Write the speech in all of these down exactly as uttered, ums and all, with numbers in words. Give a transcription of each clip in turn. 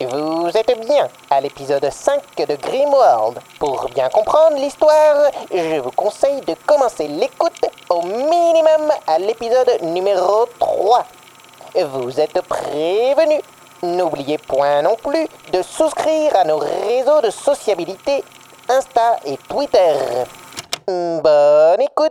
Vous êtes bien à l'épisode cinq de Grimworld. Pour bien comprendre l'histoire, je vous conseille de commencer l'écoute au minimum à l'épisode numéro trois. Vous êtes prévenus. N'oubliez point non plus de souscrire à nos réseaux de sociabilité Insta et Twitter. Bonne écoute.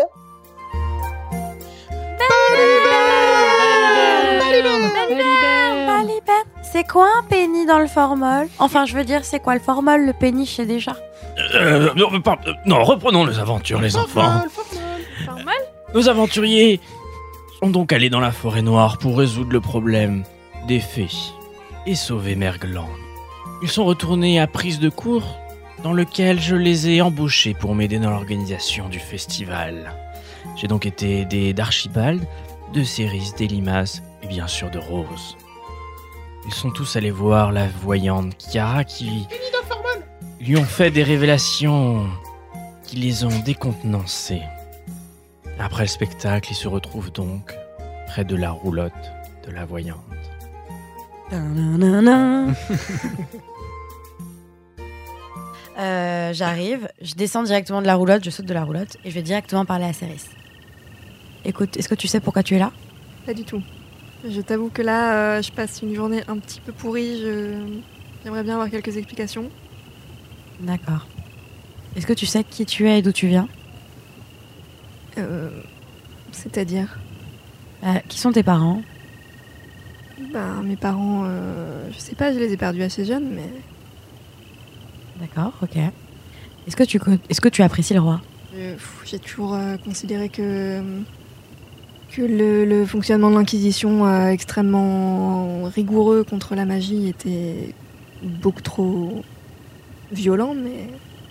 Balibert, c'est quoi un penny dans le formol? Enfin, je veux dire, c'est quoi le formol, le penny, je sais déjà. Euh, non, pas- euh, non, reprenons nos aventures, les enfants. Formol? Nos aventuriers sont donc allés dans la forêt noire pour résoudre le problème des fées et sauver Mergland. Ils sont retournés à Prise de Cour, dans lequel je les ai embauchés pour m'aider dans l'organisation du festival. J'ai donc été aidé d'Archibald, de Céris, d'Elimas et bien sûr de Rose. Ils sont tous allés voir la voyante Chiara qui lui ont fait des révélations qui les ont décontenancés. Après le spectacle, ils se retrouvent donc près de la roulotte de la voyante. Nanana. euh, J'arrive, je descends directement de la roulotte, je saute de la roulotte et je vais directement parler à Céris. Écoute, est-ce que tu sais pourquoi tu es là? Pas du tout. Je t'avoue que là, euh, je passe une journée un petit peu pourrie. Je... J'aimerais bien avoir quelques explications. D'accord. Est-ce que tu sais qui tu es et d'où tu viens? Euh... C'est-à-dire euh, Qui sont tes parents? Ben, mes parents, euh... je sais pas, je les ai perdus assez jeunes, mais... D'accord, ok. Est-ce que tu, co- est-ce que tu apprécies le roi? Euh, pff, j'ai toujours euh, considéré que... que le, le fonctionnement de l'Inquisition euh, extrêmement rigoureux contre la magie était beaucoup trop violent, mais...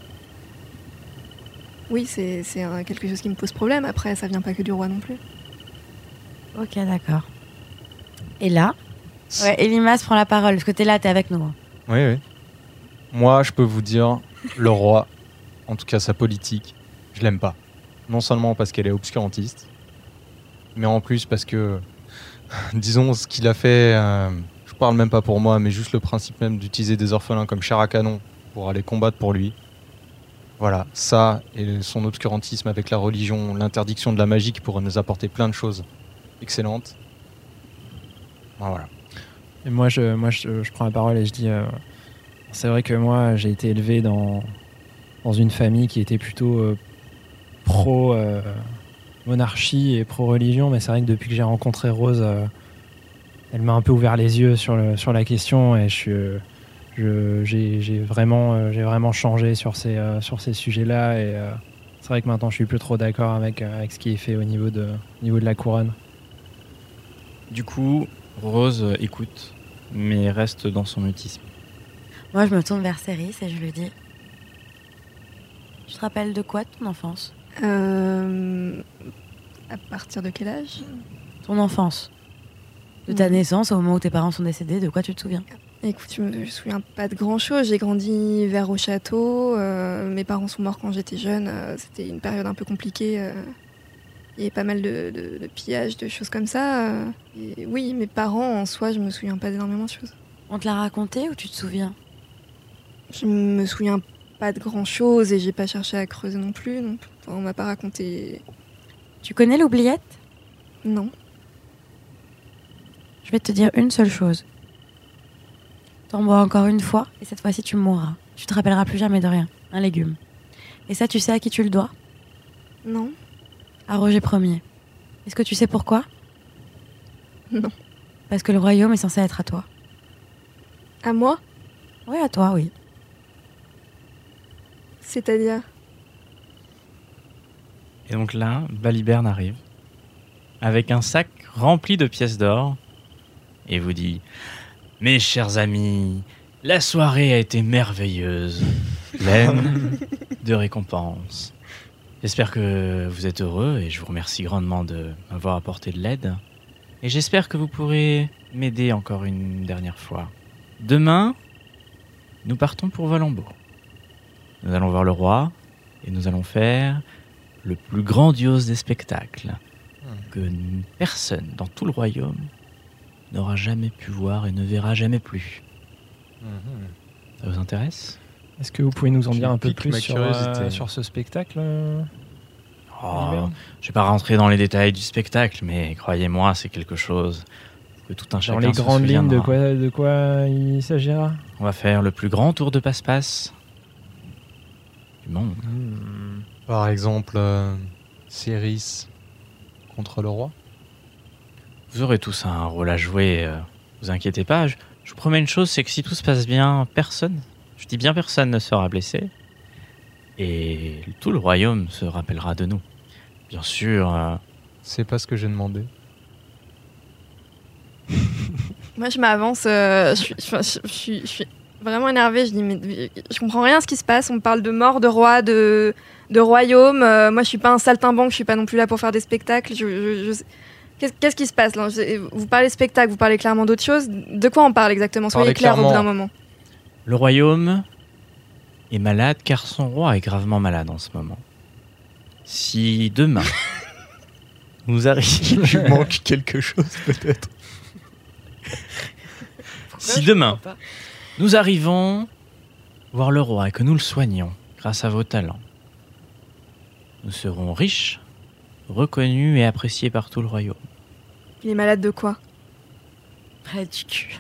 Oui, c'est, c'est un- quelque chose qui me pose problème. Après, ça vient pas que du roi non plus. Ok, d'accord. Et là? Ouais, Elimas prend la parole, parce que t'es là, t'es avec nous. hein. Oui, oui. Moi, je peux vous dire, le roi, en tout cas sa politique, je l'aime pas. Non seulement parce qu'elle est obscurantiste, mais en plus parce que, disons, ce qu'il a fait, euh, je parle même pas pour moi, mais juste le principe même d'utiliser des orphelins comme chair à canon pour aller combattre pour lui. Voilà, ça et son obscurantisme avec la religion, l'interdiction de la magie qui pourrait nous apporter plein de choses excellentes. Voilà. Et moi, je, moi je, je prends la parole et je dis... euh, c'est vrai que moi, j'ai été élevé dans, dans une famille qui était plutôt euh, pro-monarchie et pro-religion, mais c'est vrai que depuis que j'ai rencontré Rose, euh, elle m'a un peu ouvert les yeux sur, le, sur la question et je, suis, euh, je, j'ai, j'ai, vraiment, euh, j'ai vraiment changé sur ces, euh, sur ces sujets-là. Et euh, c'est vrai que maintenant, je suis plus trop d'accord avec, euh, avec ce qui est fait au niveau de, au niveau de la couronne. Du coup, Rose euh, écoute, mais reste dans son mutisme. Moi, je me tourne vers Céris et je lui dis... Tu te rappelles de quoi, de ton enfance? Euh... À partir de quel âge? Ton enfance. De ta Mhm. naissance au moment où tes parents sont décédés, de quoi tu te souviens? Écoute, je me souviens pas de grand-chose. J'ai grandi vers au château. euh, mes parents sont morts quand j'étais jeune. euh, c'était une période un peu compliquée. euh, Il y avait pas mal de, de, de pillages, de choses comme ça. euh, et oui, mes parents, en soi, je me souviens pas d'énormément de choses. On te l'a raconté ou tu te souviens? Je me souviens pas de grand-chose et j'ai pas cherché à creuser non plus. Donc, enfin, on m'a pas raconté... Tu connais l'oubliette? Non. Je vais te dire une seule chose. T'en bois encore une fois et cette fois-ci tu mourras. Tu te rappelleras plus jamais de rien. Un légume. Et ça, tu sais à qui tu le dois? Non. À Roger Ier. Est-ce que tu sais pourquoi? Non. Parce que le royaume est censé être à toi. À moi? Oui, à toi, oui. C'est-à-dire? Et donc là, Baliberne arrive, avec un sac rempli de pièces d'or, et vous dit « Mes chers amis, la soirée a été merveilleuse, pleine de récompenses. J'espère que vous êtes heureux, et je vous remercie grandement de m'avoir apporté de l'aide. Et j'espère que vous pourrez m'aider encore une dernière fois. Demain, nous partons pour Valembourg. Nous allons voir le roi, et nous allons faire le plus grandiose des spectacles que personne dans tout le royaume n'aura jamais pu voir et ne verra jamais plus. Ça vous intéresse? Est-ce que vous pouvez nous en Tu dire un peu piques ma plus sur, curiosité. euh, sur ce spectacle euh, Oh, Liberne je vais pas rentrer dans les détails du spectacle, mais croyez-moi, c'est quelque chose que tout un Dans chacun les se grandes lignes, de souviendra. quoi, de quoi il s'agira? On va faire le plus grand tour de passe-passe du monde. Par exemple, euh, Céris contre le roi. Vous aurez tous un rôle à jouer, euh, vous inquiétez pas. Je, je vous promets une chose, c'est que si tout se passe bien, personne, je dis bien personne ne sera blessé. Et tout le royaume se rappellera de nous. Bien sûr, euh, C'est pas ce que j'ai demandé. Moi, je m'avance. euh, je, suis, je, je- je suis, je suis vraiment énervée. Je dis, mais je comprends rien à ce qui se passe. On me parle de mort, de roi, de, de royaume. Euh, moi, je suis pas un saltimbanque. Je suis pas non plus là pour faire des spectacles. Je, je- je- Qu'est-ce, qu'est-ce qui se passe là? Je- Vous parlez spectacle, vous parlez clairement d'autre chose. De quoi on parle exactement? Soyez Parlez clair au bout d'un clairement. moment. le royaume est malade car son roi est gravement malade en ce moment. Si demain, nous arrivons... Il manque quelque chose peut-être. Si demain, nous arrivons voir le roi et que nous le soignons grâce à vos talents, nous serons riches, reconnus et appréciés par tout le royaume. Il est malade de quoi? Près du cul.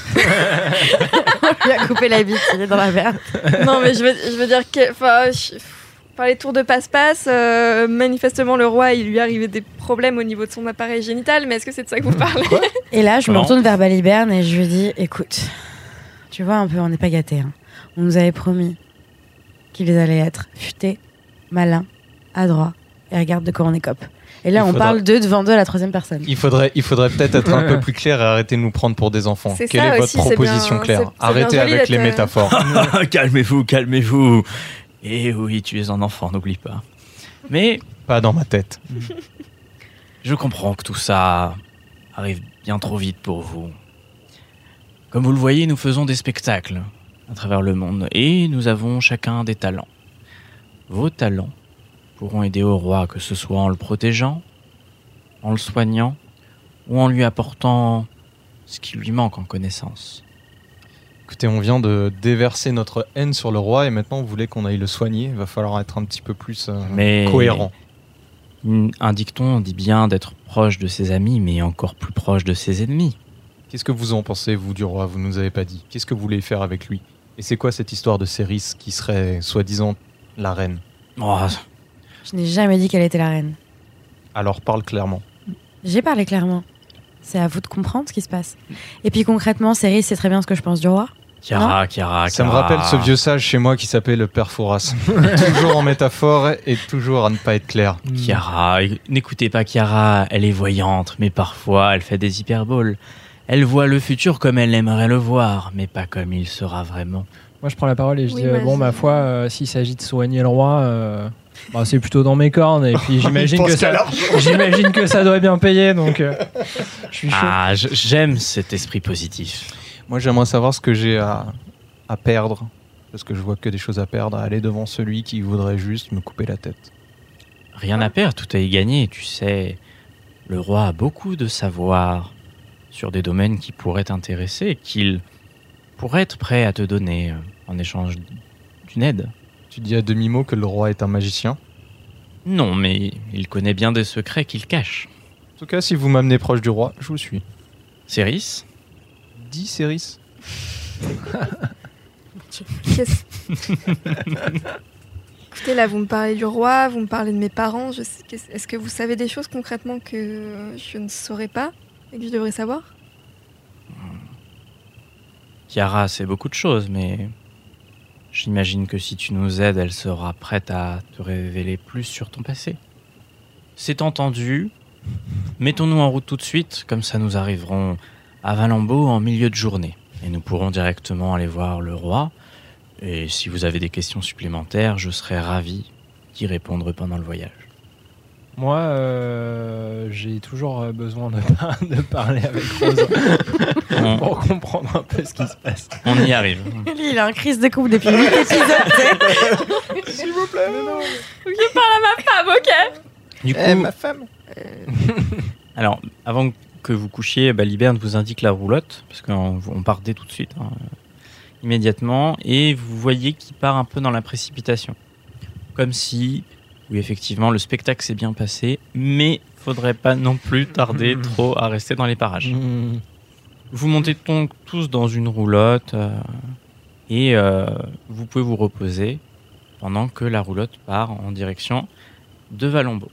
On lui a coupé la bite, il est dans la merde. Non, mais je veux, je veux dire que. Enfin, je- par les tours de passe-passe, euh, manifestement, le roi, il lui arrivait des problèmes au niveau de son appareil génital, mais est-ce que c'est de ça que vous parlez? Et là, je me Comment retourne vers Baliberne et je lui dis, écoute, tu vois un peu, on n'est pas gâtés. Hein. On nous avait promis qu'ils allaient être futés, malins, adroits et regarde de quoi on écope. Et là, Il on faudra- parle d'eux devant deux à la troisième personne. Il faudrait, il faudrait peut-être être un peu plus clair et arrêter de nous prendre pour des enfants. C'est Quelle ça est votre aussi, c'est proposition bien- claire? c'est- c'est Arrêtez bien joli avec les d'être, euh, métaphores. calmez-vous, calmez-vous. Et oui, tu es un enfant, n'oublie pas. Mais Pas dans ma tête. je comprends que tout ça arrive bien trop vite pour vous. Comme vous le voyez, nous faisons des spectacles à travers le monde et nous avons chacun des talents. Vos talents pourront aider au roi, que ce soit en le protégeant, en le soignant ou en lui apportant ce qui lui manque en connaissance. Écoutez, on vient de déverser notre haine sur le roi et maintenant vous voulez qu'on aille le soigner. Il va falloir être un petit peu plus euh, Mais cohérent. un dicton dit bien d'être proche de ses amis, mais encore plus proche de ses ennemis. Qu'est-ce que vous en pensez, vous, du roi? Vous nous avez pas dit. Qu'est-ce que vous voulez faire avec lui? Et c'est quoi cette histoire de Céris qui serait soi-disant la reine? Oh, Je n'ai jamais dit qu'elle était la reine. Alors parle clairement. J'ai parlé clairement. C'est à vous de comprendre ce qui se passe. Et puis concrètement, Céris sait très bien ce que je pense du roi. Chiara, Chiara, Ça me Chiara. rappelle ce vieux sage chez moi qui s'appelait le père Fouras. Toujours en métaphore et toujours à ne pas être clair. Chiara, é- n'écoutez pas Chiara, elle est voyante, mais parfois elle fait des hyperboles. Elle voit le futur comme elle aimerait le voir, mais pas comme il sera vraiment. Moi, je prends la parole et je Oui, dis euh, vas-y. bon, ma foi, euh, s'il s'agit de soigner le roi, euh, bah, c'est plutôt dans mes cornes. Et puis j'imagine pense que qu'à ça, j'imagine que ça doit bien payer, donc euh, je suis chaud. Ah, je- j'aime cet esprit positif. Moi, j'aimerais savoir ce que j'ai à, à perdre. Parce que je vois que des choses à perdre. À aller devant celui qui voudrait juste me couper la tête. Rien à perdre, tout à y gagner, tu sais. Le roi a beaucoup de savoir sur des domaines qui pourraient t'intéresser et qu'il pourrait être prêt à te donner euh, en échange d'une aide. Tu dis à demi-mot que le roi est un magicien. Non, mais il connaît bien des secrets qu'il cache. En tout cas, si vous m'amenez proche du roi, je vous suis. Céris, Dis, Céris. Qu'est-ce- Écoutez, là, vous me parlez du roi, vous me parlez de mes parents. Je sais- qu'est-ce- Est-ce que vous savez des choses concrètement que je ne saurais pas et que je devrais savoir? Chiara sait beaucoup de choses, mais j'imagine que si tu nous aides, elle sera prête à te révéler plus sur ton passé. C'est entendu. Mettons-nous en route tout de suite, comme ça nous arriverons à Valambeau en milieu de journée. Et nous pourrons directement aller voir le roi. Et si vous avez des questions supplémentaires, je serai ravi d'y répondre pendant le voyage. Moi, euh, j'ai toujours euh, besoin de, par- de parler avec Rose On, pour comprendre un peu ce qui se passe. on y arrive. Lui, il a un crise de couple depuis huit épisodes. S'il vous plaît. Je parle à ma femme, ok? Du coup, Eh, ma femme. alors, avant que vous couchiez, bah, Liberne vous indique la roulotte, parce qu'on on partait tout de suite. hein. immédiatement et vous voyez qu'il part un peu dans la précipitation. Comme si, oui, effectivement, le spectacle s'est bien passé, mais faudrait pas non plus tarder trop à rester dans les parages. Mmh. Vous montez donc tous dans une roulotte euh, et euh, vous pouvez vous reposer pendant que la roulotte part en direction de Valombo.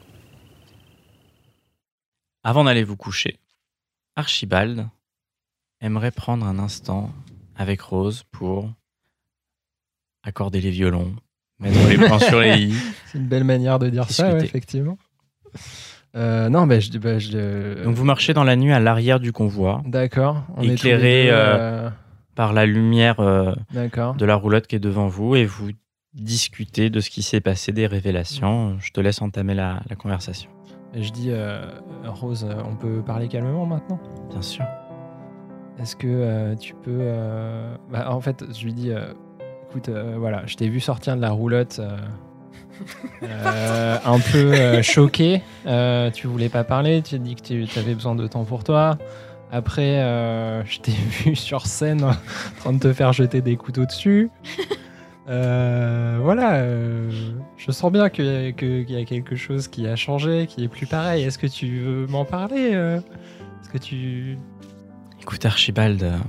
Avant d'aller vous coucher, Archibald aimerait prendre un instant avec Rose pour accorder les violons, mettre les points sur les i. C'est une belle manière de dire ça, ouais, Discuter. effectivement. Euh, non, bah, je, bah, je... Donc vous marchez dans la nuit à l'arrière du convoi, D'accord. On est tous Éclairé, les deux, euh, euh, par la lumière euh, D'accord. de la roulotte qui est devant vous, et vous discutez de ce qui s'est passé, des révélations. Je te laisse entamer la, la conversation. Et je dis, euh, Rose, euh, on peut parler calmement maintenant ? Bien sûr. Est-ce que euh, tu peux... euh, bah, en fait, je lui dis, euh, écoute, euh, voilà, je t'ai vu sortir de la roulotte euh, euh, un peu euh, choqué. Euh, tu voulais pas parler, tu as dit que tu avais besoin de temps pour toi. Après, euh, je t'ai vu sur scène en train de te faire jeter des couteaux dessus. Euh, voilà, euh, je sens bien que- que- qu'il y a quelque chose qui a changé, qui est plus pareil. Est-ce que tu veux m'en parler euh Est-ce que tu... Écoute Archibald, euh,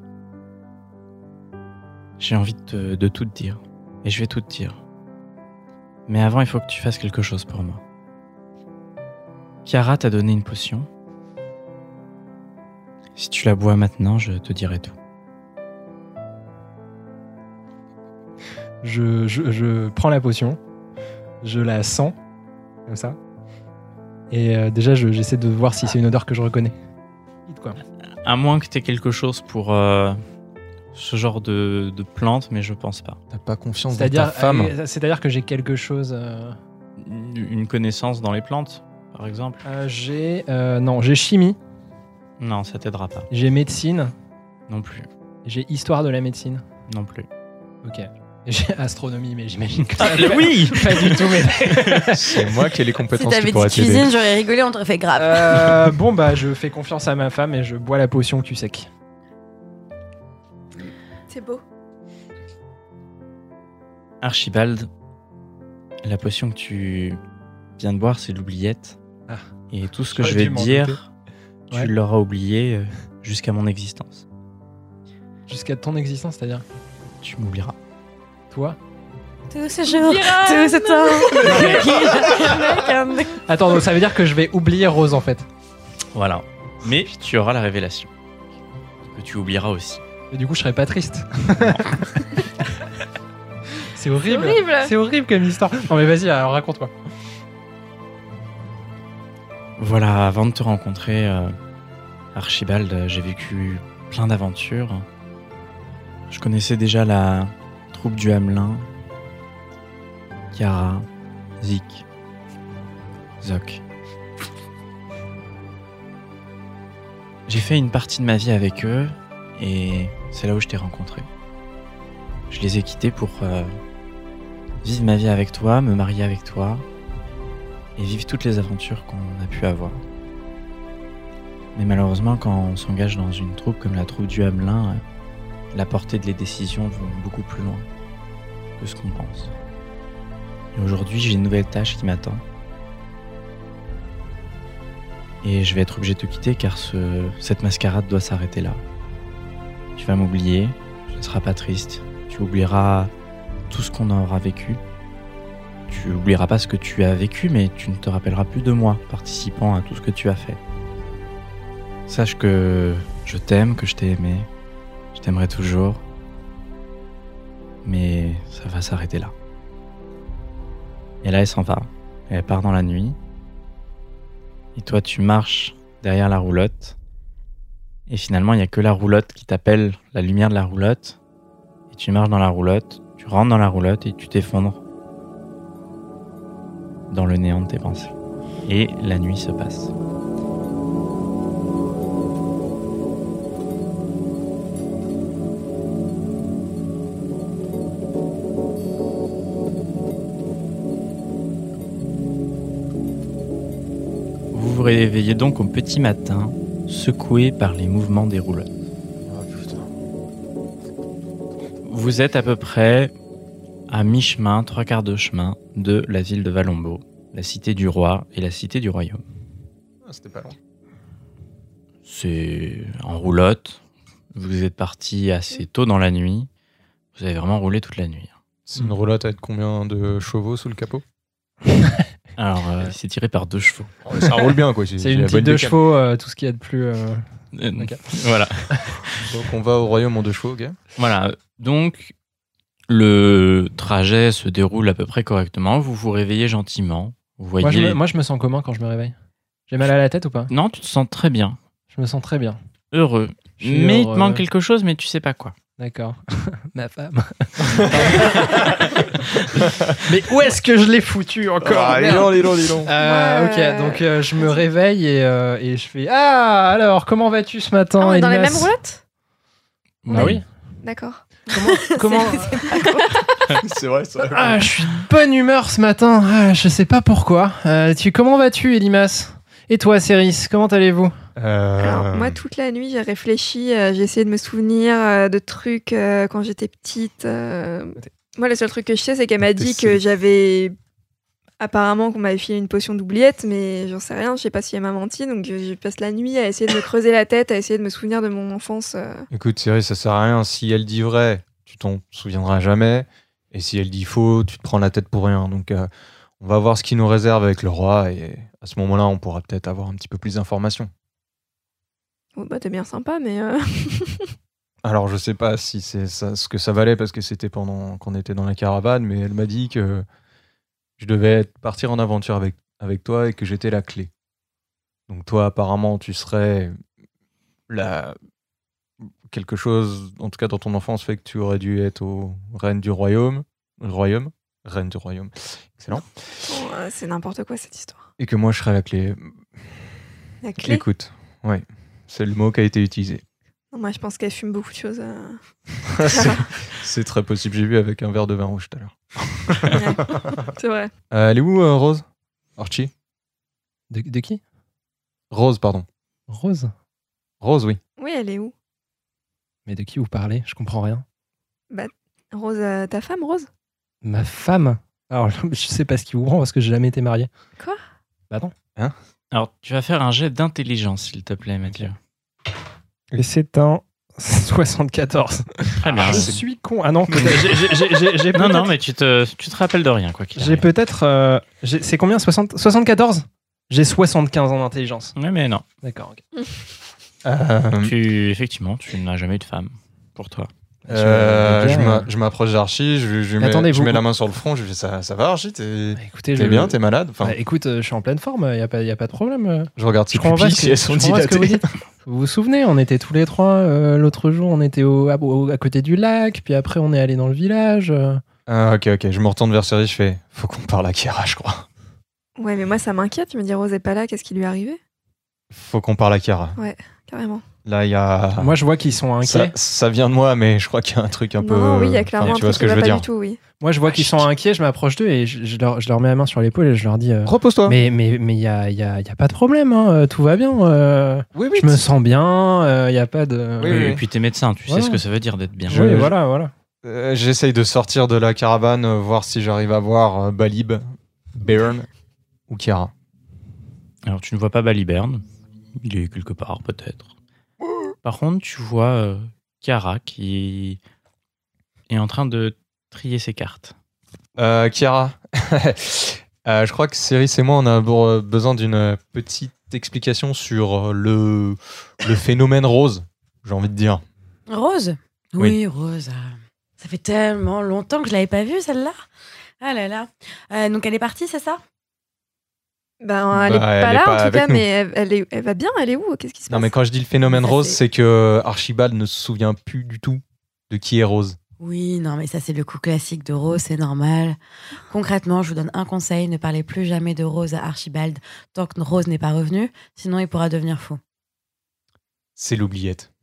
j'ai envie de, te- de tout te dire. Et je vais tout te dire. Mais avant, il faut que tu fasses quelque chose pour moi. Chiara t'a donné une potion. Si tu la bois maintenant, je te dirai tout. Je, je, je prends la potion, je la sens, comme ça. Et euh, déjà, je- j'essaie de voir si c'est une odeur que je reconnais. Quoi. À moins que tu aies quelque chose pour euh, ce genre de, de plante, mais je pense pas. T'as pas confiance dans C'est-à-dire, ta femme. euh, c'est-à-dire que j'ai quelque chose... euh, Une une connaissance dans les plantes, par exemple. euh, j'ai... euh, non, j'ai chimie, Non, ça t'aidera pas. j'ai médecine, Non plus. j'ai histoire de la médecine. Non plus. Ok. Et j'ai astronomie, mais j'imagine que... Ah, oui. Pas du tout, mais... C'est moi qui ai les Si compétences t'avais qui dit pourraient t'aider. cuisine, j'aurais rigolé, on t'aurait fait grave. Euh, bon, bah, je fais confiance à ma femme et je bois la potion cul sec. C'est beau. Archibald, la potion que tu viens de boire, c'est l'oubliette. Ah. Et tout ce que J'aurais je vais dû te m'en dire, douter. tu Ouais. l'auras oublié euh, jusqu'à mon existence. Jusqu'à ton existence, c'est-à-dire Tu m'oublieras. toi. Tout ce jour, tout ce temps. Attends, donc ça veut dire que je vais oublier Rose en fait. Voilà. Mais tu auras la révélation. Que tu oublieras aussi. Et du coup, je serais pas triste. C'est horrible. horrible. C'est horrible comme histoire. Non mais vas-y, alors raconte-moi. Voilà, avant de te rencontrer, euh, Archibald, euh, j'ai vécu plein d'aventures. Je connaissais déjà la troupe du Hamelin, Chiara, Zik, Zoc. J'ai fait une partie de ma vie avec eux et c'est là où je t'ai rencontré. Je les ai quittés pour euh, vivre ma vie avec toi, me marier avec toi et vivre toutes les aventures qu'on a pu avoir. Mais malheureusement, quand on s'engage dans une troupe comme la troupe du Hamelin, euh, la portée des décisions vont beaucoup plus loin que ce qu'on pense. Et aujourd'hui, j'ai une nouvelle tâche qui m'attend. Et je vais être obligé de te quitter car ce, cette mascarade doit s'arrêter là. Tu vas m'oublier, tu ne seras pas triste, tu oublieras tout ce qu'on aura vécu. Tu oublieras pas ce que tu as vécu, mais tu ne te rappelleras plus de moi, participant à tout ce que tu as fait. Sache que je t'aime, que je t'ai aimé, je t'aimerai toujours, mais ça va s'arrêter là. Et là, elle s'en va, elle part dans la nuit, et toi, tu marches derrière la roulotte, et finalement, il n'y a que la roulotte qui t'appelle, la lumière de la roulotte, et tu marches dans la roulotte, tu rentres dans la roulotte et tu t'effondres dans le néant de tes pensées. Et la nuit se passe. Vous vous réveillez donc au petit matin, secoué par les mouvements des roulottes. Oh putain. Vous êtes à peu près à mi-chemin, trois quarts de chemin de la ville de Valombo, la cité du roi et la cité du royaume. Ah, c'était pas loin. C'est en roulotte. Vous êtes parti assez tôt dans la nuit. Vous avez vraiment roulé toute la nuit. C'est une roulotte avec combien de chevaux sous le capot? Alors, euh, c'est tiré par deux chevaux. Ça roule bien, quoi. C'est une petite deux chevaux, euh, tout ce qu'il y a de plus. Euh... Euh, Ok. Voilà. Donc on va au royaume en deux chevaux, ok. Voilà. Donc, le trajet se déroule à peu près correctement. Vous vous réveillez gentiment. Vous voyez. Moi je, me, moi, je me sens comment quand je me réveille? J'ai mal à la tête ou pas? Non, tu te sens très bien. Je me sens très bien. Heureux. Je suis Mais il te heureux. manque quelque chose, mais tu sais pas quoi. D'accord. Ma femme. Mais où est-ce que je l'ai foutu encore? Ah, dis Merde. donc, dis donc, dis donc. Euh, Ouais. Ok, donc euh, je me réveille et, euh, et je fais Ah, alors, comment vas-tu ce matin? Ah, on est dans les Elimas mêmes roulottes? Ah oui. D'accord. Comment, comment... C'est vrai, ça. Ah, je suis de bonne humeur ce matin. Ah, je sais pas pourquoi. Euh, tu, comment vas-tu, Elimas? Et toi, Céris, comment allez-vous? Euh, Alors, moi, toute la nuit, j'ai réfléchi, euh, j'ai essayé de me souvenir euh, de trucs euh, quand j'étais petite. euh. Moi, le seul truc que je sais, c'est qu'elle m'a T'es dit silly. que j'avais. Apparemment, qu'on m'avait filé une potion d'oubliette, mais j'en sais rien, je sais pas si elle m'a menti, donc je, je passe la nuit à essayer de me creuser la tête, à essayer de me souvenir de mon enfance. euh. Écoute, Cyril, ça sert à rien. Si elle dit vrai, tu t'en souviendras jamais. Et si elle dit faux, tu te prends la tête pour rien. Donc, euh, on va voir ce qu'il nous réserve avec le roi. Et à ce moment-là, on pourra peut-être avoir un petit peu plus d'informations. Oh, bah, t'es bien sympa, mais. euh, Alors, je sais pas si c'est ça, ce que ça valait parce que c'était pendant qu'on était dans la caravane, mais elle m'a dit que je devais partir en aventure avec, avec toi et que j'étais la clé. Donc, toi, apparemment, tu serais la. Quelque chose, en tout cas dans ton enfance, fait que tu aurais dû être au reine du royaume. Royaume Reine du royaume. Excellent. bon, euh, c'est n'importe quoi cette histoire. Et que moi, je serais la clé. La clé. Écoute, ouais, c'est le mot qui a été utilisé. Non, moi, je pense qu'elle fume beaucoup de choses. euh. c'est, c'est très possible. J'ai vu avec un verre de vin rouge tout à l'heure. Ouais, c'est vrai. Euh, elle est où, euh, Rose? Archie? De, de qui? Rose, pardon. Rose? Rose, oui. Oui, elle est où? Mais de qui vous parlez? Je comprends rien. Rose, euh, ta femme, Rose? Ma femme? Alors, je sais pas ce qui vous prend parce que j'ai jamais été marié. Quoi? Bah non. Alors, tu vas faire un jet d'intelligence, s'il te plaît, Mathieu. Et c'est un soixante-quatorze. Très bien. Je c'est- suis con. Ah non, j'ai- j'ai- j'ai- j'ai j'ai Non, non, peut-être- mais tu te, tu te rappelles de rien, quoi qu'il j'ai arrive. peut-être. euh, j'ai- c'est combien? soixante, soixante-quatorze? J'ai soixante-quinze en intelligence. Ouais, mais non. D'accord, ok. Euh, Tu, effectivement, tu n'as jamais eu de femme pour toi. euh, veux bien, je, m'a- euh, je m'approche d'Archie, je, je, Mais mets, attendez, je vous- mets la main sur le front, je lui fais ça, ça va Archie? T'es, Bah, écoutez, t'es je... bien? T'es malade? Enfin, Bah, écoute, euh, je suis en pleine forme, il n'y a, pas- y a pas de problème. euh. je regarde ses Je comprends pas pupilles ce si que- elles sont je comprends pas ce que vous dilatées. dites. Vous vous souvenez, on était tous les trois euh, l'autre jour, on était au, à, au- à côté du lac, puis après on est allé dans le village. euh. Ah, ok, ok. Je me retourne vers Cyril, je fais faut qu'on parle à Kira, je crois. Ouais, mais moi, ça m'inquiète. Tu me dis, Rose est pas là, qu'est-ce qui lui est arrivé? Faut qu'on parle à Kira. Carrément. Là, il y a. Moi, je vois qu'ils sont ça, inquiets. ça vient de moi, mais je crois qu'il y a un truc un non, peu. non, oui, il y a enfin, clairement tu un vois truc ce qui que je va veux pas dire. du tout, oui. Moi, je vois qu'ils sont inquiets, je m'approche d'eux et je, je leur, je leur mets la main sur l'épaule et je leur dis euh, Repose-toi. Mais mais mais il y a, y a- y a pas de problème, hein, euh, tout va bien. euh, Oui, oui. je me sens bien, il y a pas de. Oui, Et oui. puis t'es médecin, tu Voilà. sais ce que ça veut dire d'être bien. Je- Oui, voilà, voilà. Euh, J'essaye de sortir de la caravane, euh, voir si j'arrive à voir euh, Balib, Bairn ou Kira. Alors, tu ne vois pas Baliberne. Il est quelque part, peut-être. Par contre, tu vois euh, Chiara qui est en train de trier ses cartes. Euh, Kira, euh, je crois que Céris et moi, on a be- besoin d'une petite explication sur le, le phénomène rose, j'ai envie de dire. Rose? Oui. Oui, Rose. euh, Ça fait tellement longtemps que je l'avais pas vue, celle-là. Ah là là. Euh, donc elle est partie, c'est ça? Ben, elle Bah, est pas elle est là, pas en tout avec cas, nous. mais elle, elle est, elle va bien, elle est où? Qu'est-ce qui se Non, passe? mais quand je dis le phénomène Ça, rose, c'est- c'est que Archibald ne se souvient plus du tout de qui est Rose. Oui, non, mais ça c'est le coup classique de Rose, c'est normal. Concrètement, je vous donne un conseil, ne parlez plus jamais de Rose à Archibald tant que Rose n'est pas revenue, sinon il pourra devenir fou. C'est l'oubliette.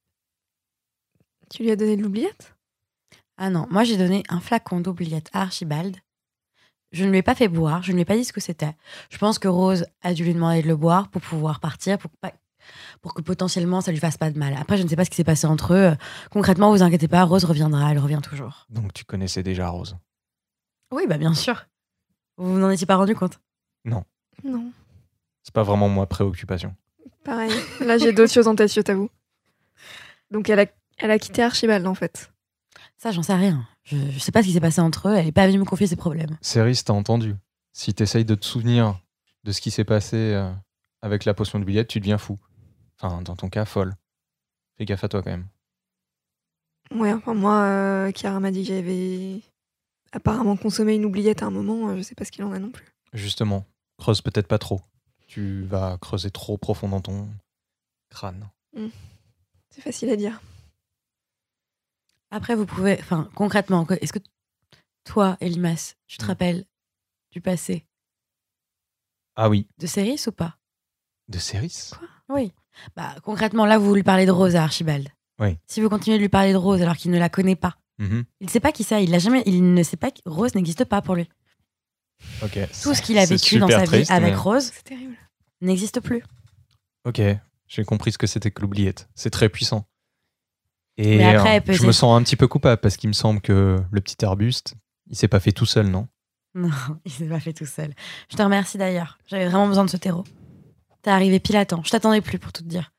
Tu lui as donné de l'oubliette? Ah non, moi j'ai donné un flacon d'oubliette à Archibald. Je ne lui ai pas fait boire, je ne lui ai pas dit ce que c'était. Je pense que Rose a dû lui demander de le boire pour pouvoir partir, pour pas, pour que potentiellement ça lui fasse pas de mal. Après, je ne sais pas ce qui s'est passé entre eux. Concrètement, vous inquiétez pas, Rose reviendra, elle revient toujours. Donc tu connaissais déjà Rose? Oui, bah bien sûr. Vous vous n'en étiez pas rendu compte? Non, C'est pas vraiment ma préoccupation. pareil. Là, j'ai d'autres choses en tête, je t'avoue. Donc, elle a, elle a quitté Archibald, en fait. Ça, j'en sais rien. Je, je sais pas ce qui s'est passé entre eux, elle est pas venue me confier ses problèmes. Céris, t'as entendu. Si t'essayes de te souvenir de ce qui s'est passé euh, avec la potion de billette, tu deviens fou. Enfin, dans ton cas, folle. Fais gaffe à toi quand même. Ouais, enfin, moi, euh, Chiara m'a dit que j'avais apparemment consommé une oubliette à un moment. euh, je sais pas ce qu'il en a non plus. Justement, creuse peut-être pas trop. Tu vas creuser trop profond dans ton crâne. C'est facile à dire. Après, vous pouvez... Enfin, concrètement, est-ce que toi, Elimas, tu te Mm. rappelles du passé Ah oui, de Céris ou pas? de Céris. Oui. Bah, concrètement, là, vous lui parlez de Rose à Archibald. Oui. Si vous continuez de lui parler de Rose alors qu'il ne la connaît pas, Mhm. il ne sait pas qui c'est, il l'a jamais, il ne sait pas que Rose n'existe pas pour lui. Ok. Tout ce qu'il a C'est vécu dans super sa triste, vie avec mais- Rose C'est terrible. n'existe plus. Ok, j'ai compris ce que c'était que l'oubliette. C'est très puissant. Et Mais après, euh, elle peut je me être- sens un petit peu coupable parce qu'il me semble que le petit arbuste, il s'est pas fait tout seul, non? Non, il s'est pas fait tout seul. Je te remercie d'ailleurs. J'avais vraiment besoin de ce terreau. T'es arrivé pile à temps. Je t'attendais plus pour tout te dire.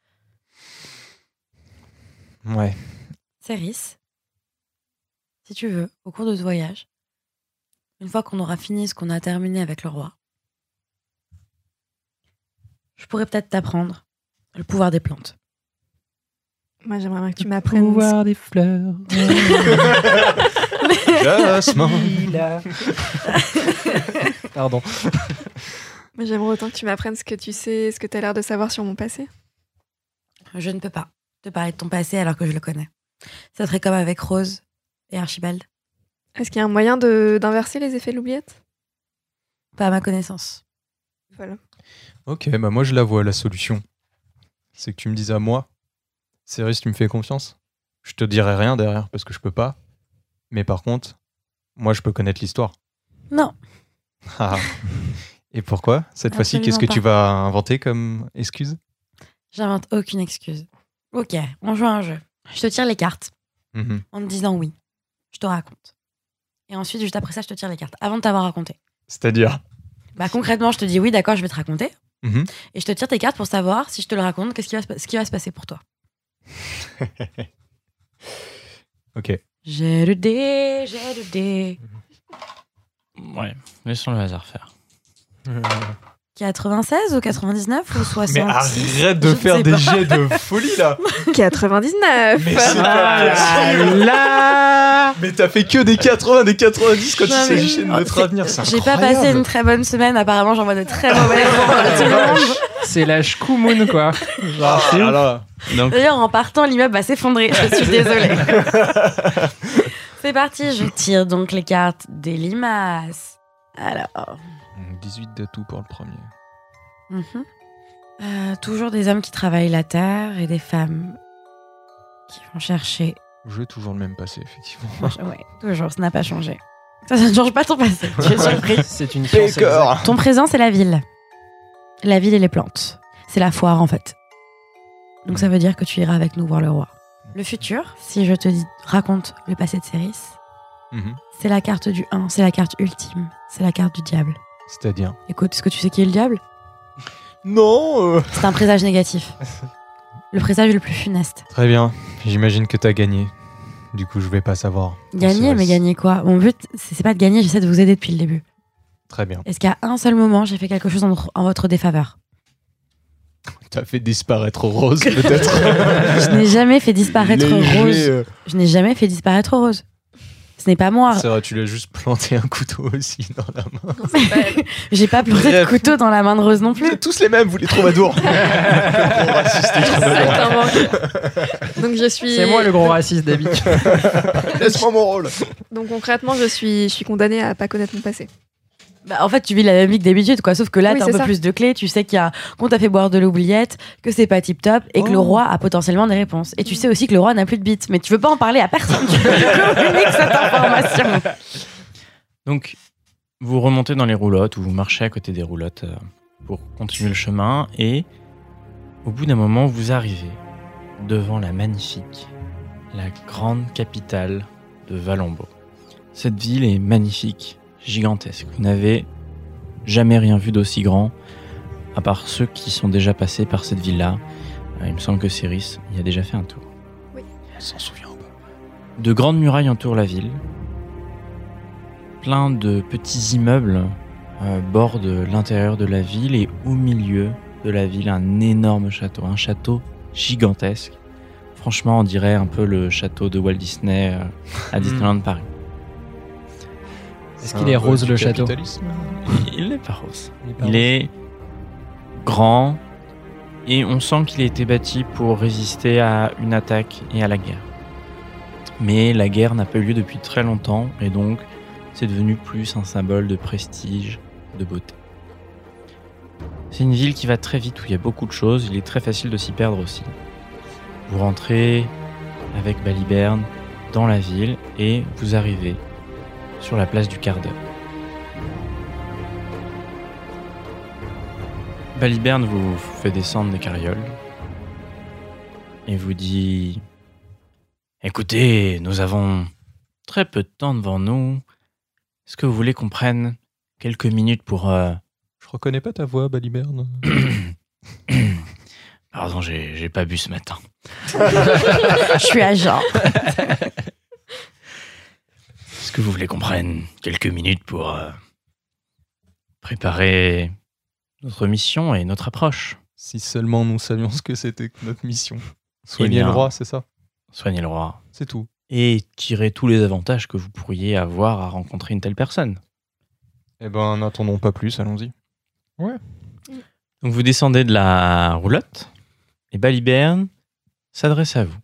Ouais. Céris, si tu veux, au cours de ce voyage, une fois qu'on aura fini ce qu'on a terminé avec le roi, je pourrais peut-être t'apprendre le pouvoir des plantes. Moi, j'aimerais bien que tu m'apprennes. Pouvoir des fleurs. Jasmin. Pardon. Moi, j'aimerais autant que tu m'apprennes ce que tu sais, ce que tu as l'air de savoir sur mon passé. Je ne peux pas te parler de ton passé alors que je le connais. Ça serait comme avec Rose et Archibald. Est-ce qu'il y a un moyen de, d'inverser les effets de l'oubliette? Pas à ma connaissance. Voilà. Ok, bah moi je la vois la solution. C'est que tu me dises à moi, Céris, tu me fais confiance? Je te dirai rien derrière parce que je peux pas. Mais par contre, moi je peux connaître l'histoire. Non, Ah. Et pourquoi? Cette fois-ci, Absolument qu'est-ce que pas. tu vas inventer comme excuse? j'invente aucune excuse. Ok, on joue à un jeu. Je te tire les cartes Mhm. en te disant oui. Je te raconte. Et ensuite, juste après ça, je te tire les cartes avant de t'avoir raconté. C'est-à-dire? Bah concrètement, je te dis oui, d'accord, je vais te raconter. Mhm. Et je te tire tes cartes pour savoir si je te le raconte, qu'est-ce qui va se, pa- ce qui va se passer pour toi. Ok. J'ai le dé, j'ai le dé. Ouais, laissons le hasard faire. quatre-vingt-seize ou quatre-vingt-dix-neuf ou soixante? Mais arrête de Je ne faire sais des pas. jets de folie là! quatre-vingt-dix-neuf. Mais c'est pas possible! là Mais t'as fait que des quatre-vingts, des quatre-vingt-dix quand Non, il mais- s'agissait de notre avenir, c'est J'ai pas incroyable. passé une très bonne semaine, apparemment j'envoie de très mauvais mots à tout le monde. C'est la Shkumun, quoi. Genre, c'est Ah ouf. là. Donc, D'ailleurs, en partant, l'immeuble va s'effondrer. Je suis désolée. C'est parti, je tire donc les cartes des limaces. Alors, dix-huit d'atouts pour le premier. mhm. Euh, toujours des hommes qui travaillent la terre et des femmes qui vont chercher. J'ai toujours le même passé, effectivement. Ouais, toujours, ça n'a pas changé. Ça, ça ne change pas ton passé. Tu es surpris. C'est une science exacte. D'accord. Ton présent, c'est la ville. La ville et les plantes. C'est la foire, en fait. Donc ça veut dire que tu iras avec nous voir le roi. Le futur, si je te dis, raconte le passé de Céris, Mhm. c'est la carte du un, c'est la carte ultime, c'est la carte du diable. C'est-à-dire? Écoute, est-ce que tu sais qui est le diable? Non euh. C'est un présage négatif. Le présage le plus funeste. Très bien. J'imagine que t'as gagné. Du coup, je vais pas savoir. Gagner, Céris. mais gagner quoi? Mon but, c'est c'est pas de gagner, j'essaie de vous aider depuis le début. Très bien. Est-ce qu'à un seul moment, j'ai fait quelque chose en, en votre défaveur? T'as fait disparaître Rose, peut-être? Je n'ai jamais fait disparaître Léger, Rose. euh. Je n'ai jamais fait disparaître Rose. Ce n'est pas moi. C'est vrai, tu l'as juste planté un couteau aussi dans la main. Non, c'est pas elle. J'ai pas planté de Bref. couteau dans la main de Rose non Vous plus. êtes tous les mêmes, vous les troubadours. Le gros raciste, les troubadours. Exactement. Donc je suis. C'est moi le gros raciste d'habitude. Laisse-moi mon rôle. Donc concrètement, je suis, je suis condamnée à pas connaître mon passé. Bah, en fait, tu vis la même vie que d'habitude, quoi. Sauf que là, Oui, t'as un c'est peu ça. plus de clés. Tu sais qu'il y a, qu'on t'a fait boire de l'oubliette, que c'est pas tip top et que Oh. le roi a potentiellement des réponses. Et tu sais aussi que le roi n'a plus de bite. Mais tu veux pas en parler à personne. Tu communiques cette information. Donc, vous remontez dans les roulottes ou vous marchez à côté des roulottes euh, pour continuer le chemin et Au bout d'un moment, vous arrivez devant la magnifique, la grande capitale de Valambo. Cette ville est magnifique, gigantesque. Vous n'avez jamais rien vu d'aussi grand, à part ceux qui sont déjà passés par cette ville-là. Il me semble que Céris y a déjà fait un tour. Oui. On s'en souvient un peu. De grandes murailles entourent la ville. Plein de petits immeubles euh, bordent l'intérieur de la ville et au milieu de la ville, un énorme château. Un château gigantesque. Franchement, on dirait un peu le château de Walt Disney euh, à Disneyland Paris. Est-ce qu'il est rose le château? Il n'est pas rose. Il est pas Il rose. est grand et on sent qu'il a été bâti pour résister à une attaque et à la guerre. Mais la guerre n'a pas eu lieu depuis très longtemps et donc c'est devenu plus un symbole de prestige, de beauté. C'est une ville qui va très vite où il y a beaucoup de choses, il est très facile de s'y perdre aussi. Vous rentrez avec Baliberne dans la ville et vous arrivez sur la place du quart d'heure. Baliberne vous fait descendre des carrioles et vous dit « Écoutez, nous avons très peu de temps devant nous. Est-ce que vous voulez qu'on prenne quelques minutes pour... Euh... Je reconnais pas ta voix, Baliberne. Pardon, j'ai, j'ai pas bu ce matin. Je suis agent. Est-ce que vous voulez qu'on prenne quelques minutes pour euh, préparer notre mission et notre approche? Si seulement nous savions ce que c'était que notre mission. Soigner Eh bien, le roi, c'est ça? Soignez le roi. C'est tout. Et tirer tous les avantages que vous pourriez avoir à rencontrer une telle personne. Eh ben, n'attendons pas plus, allons-y. Donc vous descendez de la roulotte et Baliberne s'adresse à vous.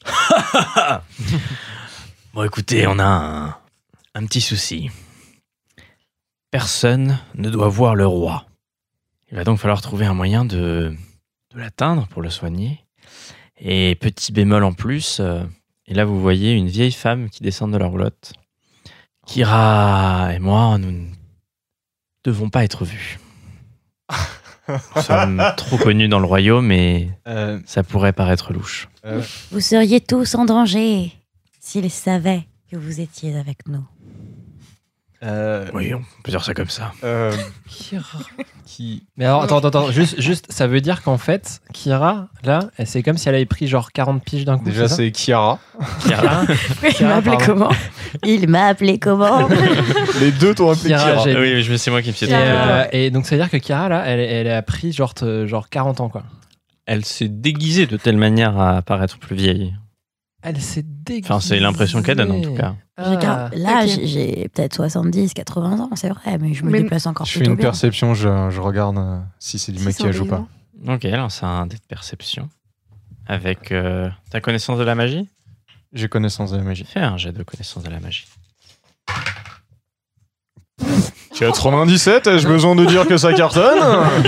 Bon, écoutez, on a un, un petit souci. Personne ne doit voir le roi. Il va donc falloir trouver un moyen de, de l'atteindre pour le soigner. Et petit bémol en plus, euh, et là vous voyez une vieille femme qui descend de la roulotte. Kira et moi, nous ne devons pas être vus. Nous sommes trop connus dans le royaume et Euh, ça pourrait paraître louche. euh, Vous seriez tous en danger s'ils savaient que vous étiez avec nous. euh, Oui, on peut dire ça comme ça. euh, qui... Mais alors, attends, attends, attends, juste, juste, ça veut dire qu'en fait, Kira, là, elle- c'est comme si elle avait pris genre quarante piges d'un coup. Déjà, c'est ça c'est Kiara. Kira, Il m'a appelé pardon. comment Il m'a appelé comment Les deux t'ont appelé Kira, Kiara. j'ai- oui, mais je me c'est moi qui me suis Et, euh, et donc, ça veut dire que Kira, là, elle, elle a pris genre, te- genre quarante ans, quoi. Elle s'est déguisée de telle manière à paraître plus vieille. Elle s'est déguisée. Enfin, c'est l'impression qu'elle donne en tout cas. J'ai quar- Là, ok. j'ai- j'ai peut-être soixante-dix, quatre-vingts ans, c'est vrai, mais je me Mais- déplace encore Je fais plutôt une bien. perception, je, je regarde euh, si c'est du Si c'est maquillage un ou pas. paysan. Ok, lance un dé de perception. Avec euh, ta connaissance de la magie. J'ai connaissance de la magie. Fais un jet de connaissance de la magie. quatre-vingt-dix-sept, ai-je besoin de dire que ça cartonne?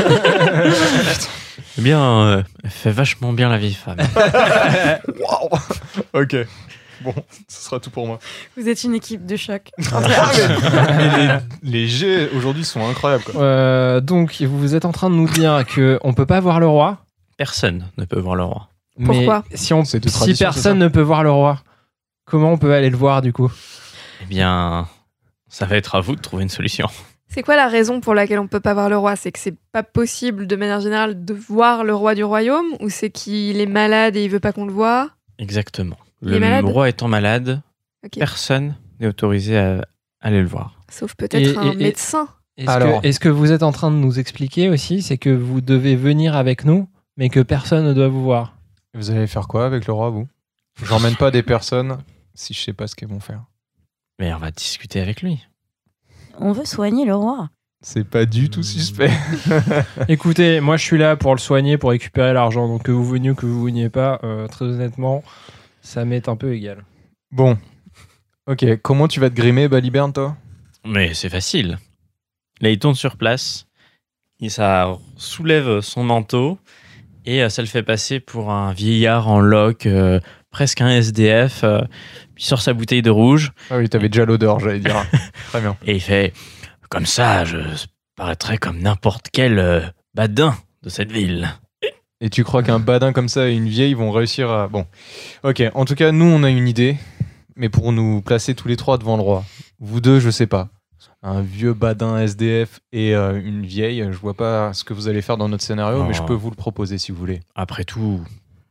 Eh bien, euh, elle fait vachement bien la vieille femme. Waouh. Ok. Bon, ce sera tout pour moi. Vous êtes une équipe de choc. Ah, mais, mais les, les jets aujourd'hui sont incroyables, quoi. Euh, donc, vous êtes en train de nous dire qu'on peut pas voir le roi. Personne ne peut voir le roi. Pourquoi Mais si, on, C'est de si tradition, c'est personne ça ne peut voir le roi, comment on peut aller le voir du coup? Eh bien, ça va être à vous de trouver une solution. C'est quoi la raison pour laquelle on peut pas voir le roi? C'est que c'est pas possible de manière générale de voir le roi du royaume, ou c'est qu'il est malade et il veut pas qu'on le voie? Exactement. Il est Le malade roi étant malade, Ok. personne n'est autorisé à aller le voir. Sauf peut-être Et- un et- et- médecin. Est-ce Alors. que, est-ce que vous êtes en train de nous expliquer aussi, c'est que vous devez venir avec nous, mais que personne ne doit vous voir? Vous allez faire quoi avec le roi, vous? J'emmène pas des personnes si je sais pas ce qu'elles vont faire. Mais on va discuter avec lui. On veut soigner le roi. C'est pas du tout suspect. Écoutez, moi je suis là pour le soigner, pour récupérer l'argent, donc que vous veniez ou que vous veniez pas, euh, très honnêtement, ça m'est un peu égal. Bon. Ok, comment tu vas te grimer, Baliberne, toi? Mais c'est facile. Là, il tourne sur place, et ça soulève son manteau, et euh, ça le fait passer pour un vieillard en loques, euh, presque un S D F. euh, puis il sort sa bouteille de rouge, Ah oui, t'avais déjà l'odeur, j'allais dire. Très bien. et il fait « Comme ça, je paraîtrais comme n'importe quel euh, badin de cette ville. Et tu crois qu'un badin comme ça et une vieille vont réussir à... Bon, ok. En tout cas, nous, on a une idée. Mais pour nous placer tous les trois devant le roi, vous deux, je sais pas. Un vieux badin S D F et euh, une vieille, je vois pas ce que vous allez faire dans notre scénario, Oh. mais je peux vous le proposer si vous voulez. Après tout,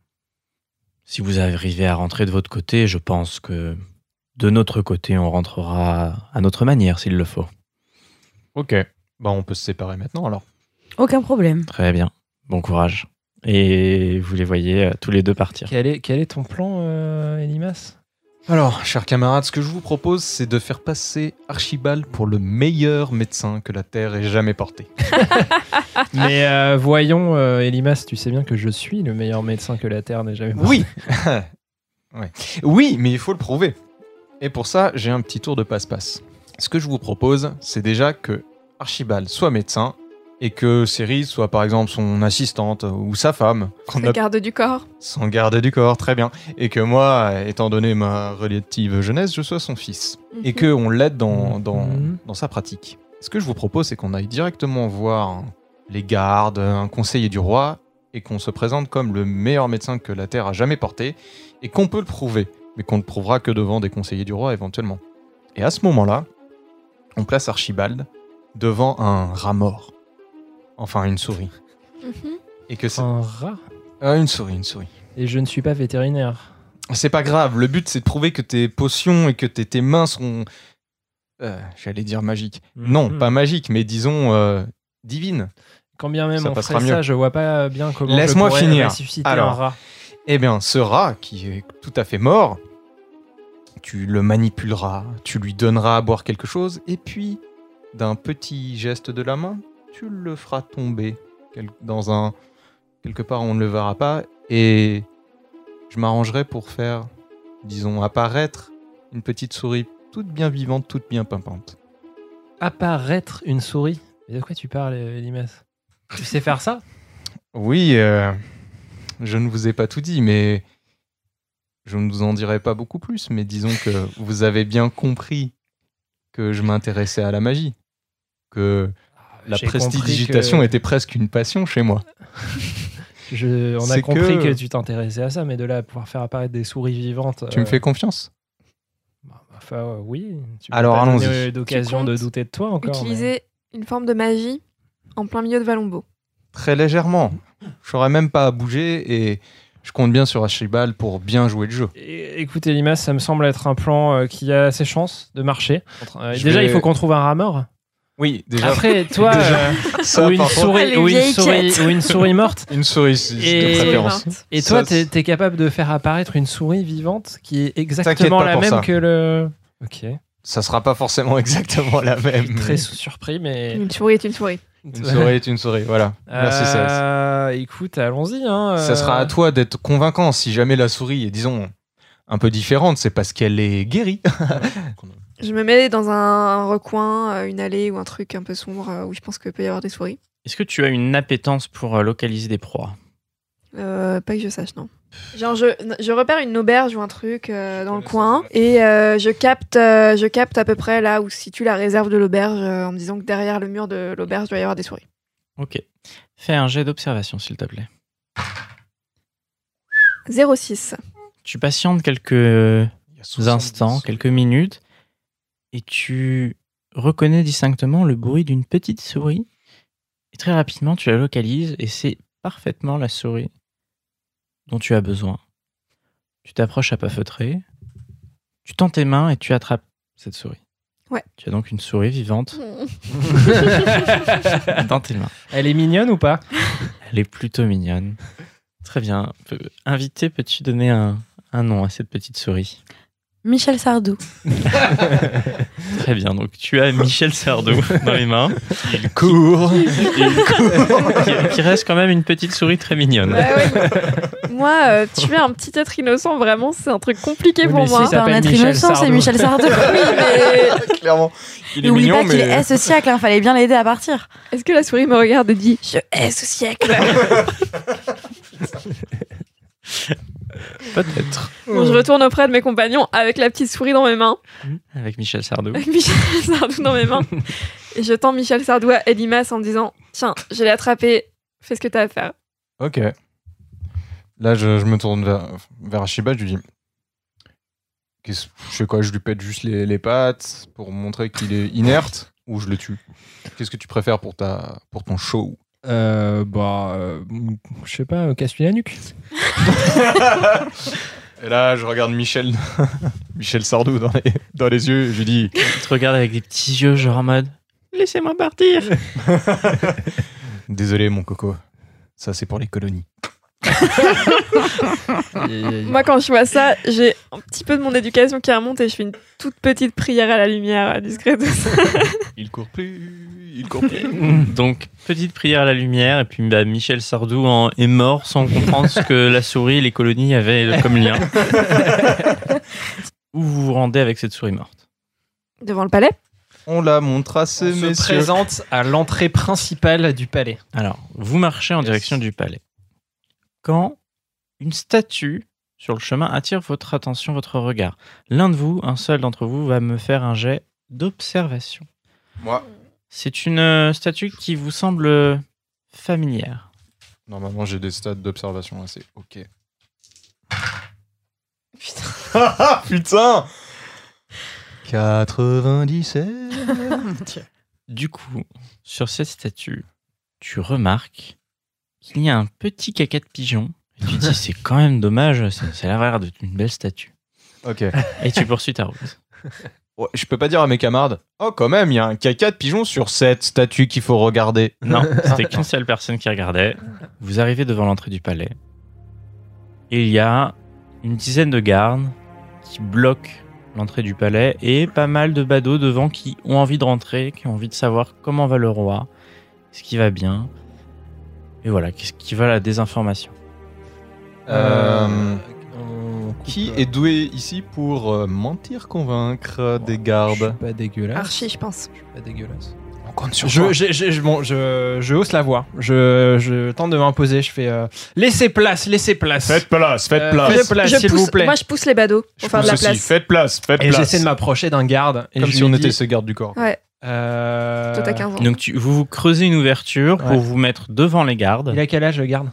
si vous arrivez à rentrer de votre côté, je pense que de notre côté, on rentrera à notre manière s'il le faut. Ok. Bah, on peut se séparer maintenant alors. Aucun problème. Très bien. Bon courage. Et vous les voyez euh, tous les deux partir. Quel est, quel est ton plan, euh, Elimas? Alors, chers camarades, ce que je vous propose, c'est de faire passer Archibald pour le meilleur médecin que la Terre ait jamais porté. Mais euh, voyons, euh, Elimas, tu sais bien que je suis le meilleur médecin que la Terre n'ait jamais porté. Oui. Ouais. Oui, mais il faut le prouver. Et pour ça, j'ai un petit tour de passe-passe. Ce que je vous propose, c'est déjà que Archibald soit médecin et que Céris soit par exemple son assistante ou sa femme. qu'on La a- garde du corps. Son garde du corps, très bien. Et que moi, étant donné ma relative jeunesse, je sois son fils. Et qu'on l'aide dans, dans, Mhm. dans sa pratique. Ce que je vous propose, c'est qu'on aille directement voir les gardes, un conseiller du roi, et qu'on se présente comme le meilleur médecin que la Terre a jamais porté, et qu'on peut le prouver, mais qu'on ne prouvera que devant des conseillers du roi éventuellement. Et à ce moment-là, on place Archibald devant un rat mort. Enfin, une souris. Mhm. Et que c'est... Un rat. Ah, une souris, une souris. Et je ne suis pas vétérinaire. C'est pas grave, le but c'est de prouver que tes potions et que tes, tes mains sont... euh, j'allais dire magiques. Non, Mhm. pas magiques, mais disons euh, divines. Quand bien même Ça on passera ferait ça, mieux. je vois pas bien comment Laisse-moi je pourrais finir. ressusciter Alors. un rat. Eh bien, ce rat, qui est tout à fait mort, tu le manipuleras, tu lui donneras à boire quelque chose, et puis, d'un petit geste de la main, tu le feras tomber quel- dans un... quelque part où on ne le verra pas, et je m'arrangerai pour faire, disons, apparaître une petite souris toute bien vivante, toute bien pimpante. Apparaître une souris. Mais de quoi tu parles, Elimas? Tu sais faire ça? Oui, euh, je ne vous ai pas tout dit, mais je ne vous en dirai pas beaucoup plus, mais disons que vous avez bien compris que je m'intéressais à la magie, que la J'ai compris prestidigitation que- était presque une passion chez moi. Je- on a C'est compris que... que- tu t'intéressais à ça, mais de là à pouvoir faire apparaître des souris vivantes. Tu me euh, fais confiance? bah, Enfin, euh, oui. Tu Alors, m'as pas donné, allons-y. euh, d'occasion Tu de comptes douter de toi encore. mais- Utiliser une forme de magie en plein milieu de Valombo. Très légèrement. Je n'aurais même pas à bouger et je compte bien sur Archibald pour bien jouer le jeu. É- Écoute, Elimas, ça me semble être un plan euh, qui a ses chances de marcher. Euh, Je déjà, vais- il faut qu'on trouve un rat mort. Oui, déjà. Après, toi, Déjà, euh, ça, ou, une par contre, souris, Les ou, une vieilles souris, quêtes. ou une souris morte. une souris, c'est Et- de Souris préférence. morte. Et toi, Ça, t'es c'est- es capable de faire apparaître une souris vivante qui est T'inquiète exactement pas la pour même ça. que le. Ok. Ça sera pas forcément exactement la même. Très mais surpris, mais. Une souris est une souris. Une souris est une souris, voilà. Merci, Céleste. Euh, écoute, allons-y. Hein, Ça sera à toi d'être convaincant. Si jamais la souris est, disons, un peu différente, c'est parce qu'elle est guérie. Je me mets dans un recoin, euh, une allée ou un truc un peu sombre euh, où je pense qu'il peut y avoir des souris. Est-ce que tu as une appétence pour euh, localiser des proies? Euh, pas que je sache, non. Genre, je, je repère une auberge ou un truc euh, dans le coin et euh, je, capte, euh, je capte à peu près là où se situe la réserve de l'auberge euh, en me disant que derrière le mur de l'auberge il doit y avoir des souris. Ok. Fais un jet d'observation, s'il te plaît. zéro six. Tu patientes quelques instants, quelques minutes, et tu reconnais distinctement le bruit d'une petite souris. Et très rapidement, tu la localises, et c'est parfaitement la souris dont tu as besoin. Tu t'approches à pas feutrer, tu tends tes mains et tu attrapes cette souris. Ouais. Tu as donc une souris vivante dans tes mains. Elle est mignonne ou pas? Elle est plutôt mignonne. Très bien. Peu- Invité, peux-tu donner un, un nom à cette petite souris? Michel Sardou. Très bien. Donc, tu as Michel Sardou dans les mains. Il court. qui, qui reste quand même une petite souris très mignonne. Bah ouais. Moi, euh, tuer un petit être innocent, vraiment, c'est un truc compliqué Oui, pour mais si moi. ça- C'est un s'appelle être Michel innocent, c'est Sardou. Michel Sardou. Oui, mais Clairement. Il est N'oublie mignon, pas qu'il mais... est ce siècle, hein, fallait bien l'aider à partir. est-ce que la souris me regarde et dit « Je hais ce siècle » Peut-être. Bon, je retourne auprès de mes compagnons avec la petite souris dans mes mains, Avec Michel Sardou. avec Michel Sardou dans mes mains, et je tends Michel Sardou à Elimas en me disant « Tiens, je l'ai attrapé, fais ce que t'as à faire. Ok. Là, je, je me tourne vers, vers Archibald, je lui dis Qu'est-ce, je fais quoi? Je lui pète juste les, les pattes pour montrer qu'il est inerte ou je le tue? Qu'est-ce que tu préfères pour, ta, pour ton show? Euh, bah, euh, je sais pas, casse-lui la nuque. Et là, je regarde Michel, Michel Sardou dans les, dans les yeux et je lui dis Il te regarde avec des petits yeux, genre en mode laissez-moi partir. Désolé, mon coco, ça c'est pour les colonies. Moi, quand je vois ça, j'ai un petit peu de mon éducation qui remonte et je fais une toute petite prière à la lumière, euh, discrète. Il court plus, il court plus. Donc, petite prière à la lumière, et puis bah, Michel Sardou en est mort sans comprendre ce que la souris et les colonies avaient comme lien. Où vous vous rendez avec cette souris morte? Devant le palais. On la montre à ces On se messieurs. présente à l'entrée principale du palais. Alors, vous marchez en Yes. direction du palais. Quand une statue sur le chemin attire votre attention, votre regard. L'un de vous, un seul d'entre vous, va me faire un jet d'observation. Moi, C'est une euh, statue qui vous semble euh, familière. normalement, j'ai des stats d'observation assez ok. Putain. Putain quatre-vingt-dix-sept. Du coup, sur cette statue, tu remarques qu'il y a un petit caca de pigeon. Et tu te dis, c'est quand même dommage, ça, ça a l'air d'être une belle statue. Ok. Et tu poursuis ta route. Ouais, je peux pas dire à mes camarades Oh, quand même, il y a un caca de pigeon sur cette statue qu'il faut regarder. Non, c'était qu'une seule personne qui regardait. Vous arrivez devant l'entrée du palais. Et il y a une dizaine de gardes qui bloquent l'entrée du palais et pas mal de badauds devant qui ont envie de rentrer, qui ont envie de savoir comment va le roi, ce qui va bien. Et voilà, qu'est-ce qui va la désinformation. Euh, on coupe, Qui euh, est doué ici pour euh, mentir, convaincre des Je suis gardes? pas dégueulasse. Archie, je pense. Je suis pas dégueulasse. On compte sur Je, toi. je, je, je- bon, je, je hausse la voix. Je, je tente de m'imposer. Je fais euh, laissez place, laissez place. Faites place, faites Euh, place. faites place, Je s'il pousse- vous plaît. Moi, je pousse les badauds pour Je faire de pousse la aussi. place. Faites place, faites Et place. j'essaie de m'approcher d'un garde. Et Comme je si on lui était dis, ce garde du corps. Ouais, euh, toi, t'as quinze ans. Donc tu, vous vous creusez une ouverture pour Ouais. vous mettre devant les gardes. Il a quel âge le garde?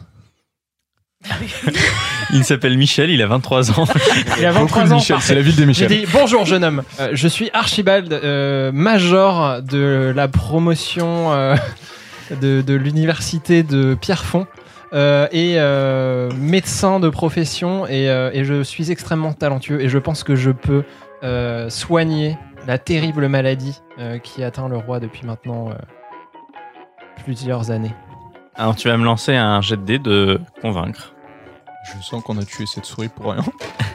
Il s'appelle Michel, il a vingt-trois ans. Il a Beaucoup vingt-trois de ans. Michel, parfait. c'est la ville des J'ai Michel. dit bonjour jeune homme. Euh, je suis Archibald, euh, major de la promotion euh, de, de l'université de Pierrefonds euh, et euh, médecin de profession et, euh, et je suis extrêmement talentueux et je pense que je peux euh, soigner la terrible maladie euh, qui atteint le roi depuis maintenant euh, plusieurs années. Alors tu vas me lancer un jet de dés de convaincre. Je sens qu'on a tué cette souris pour rien.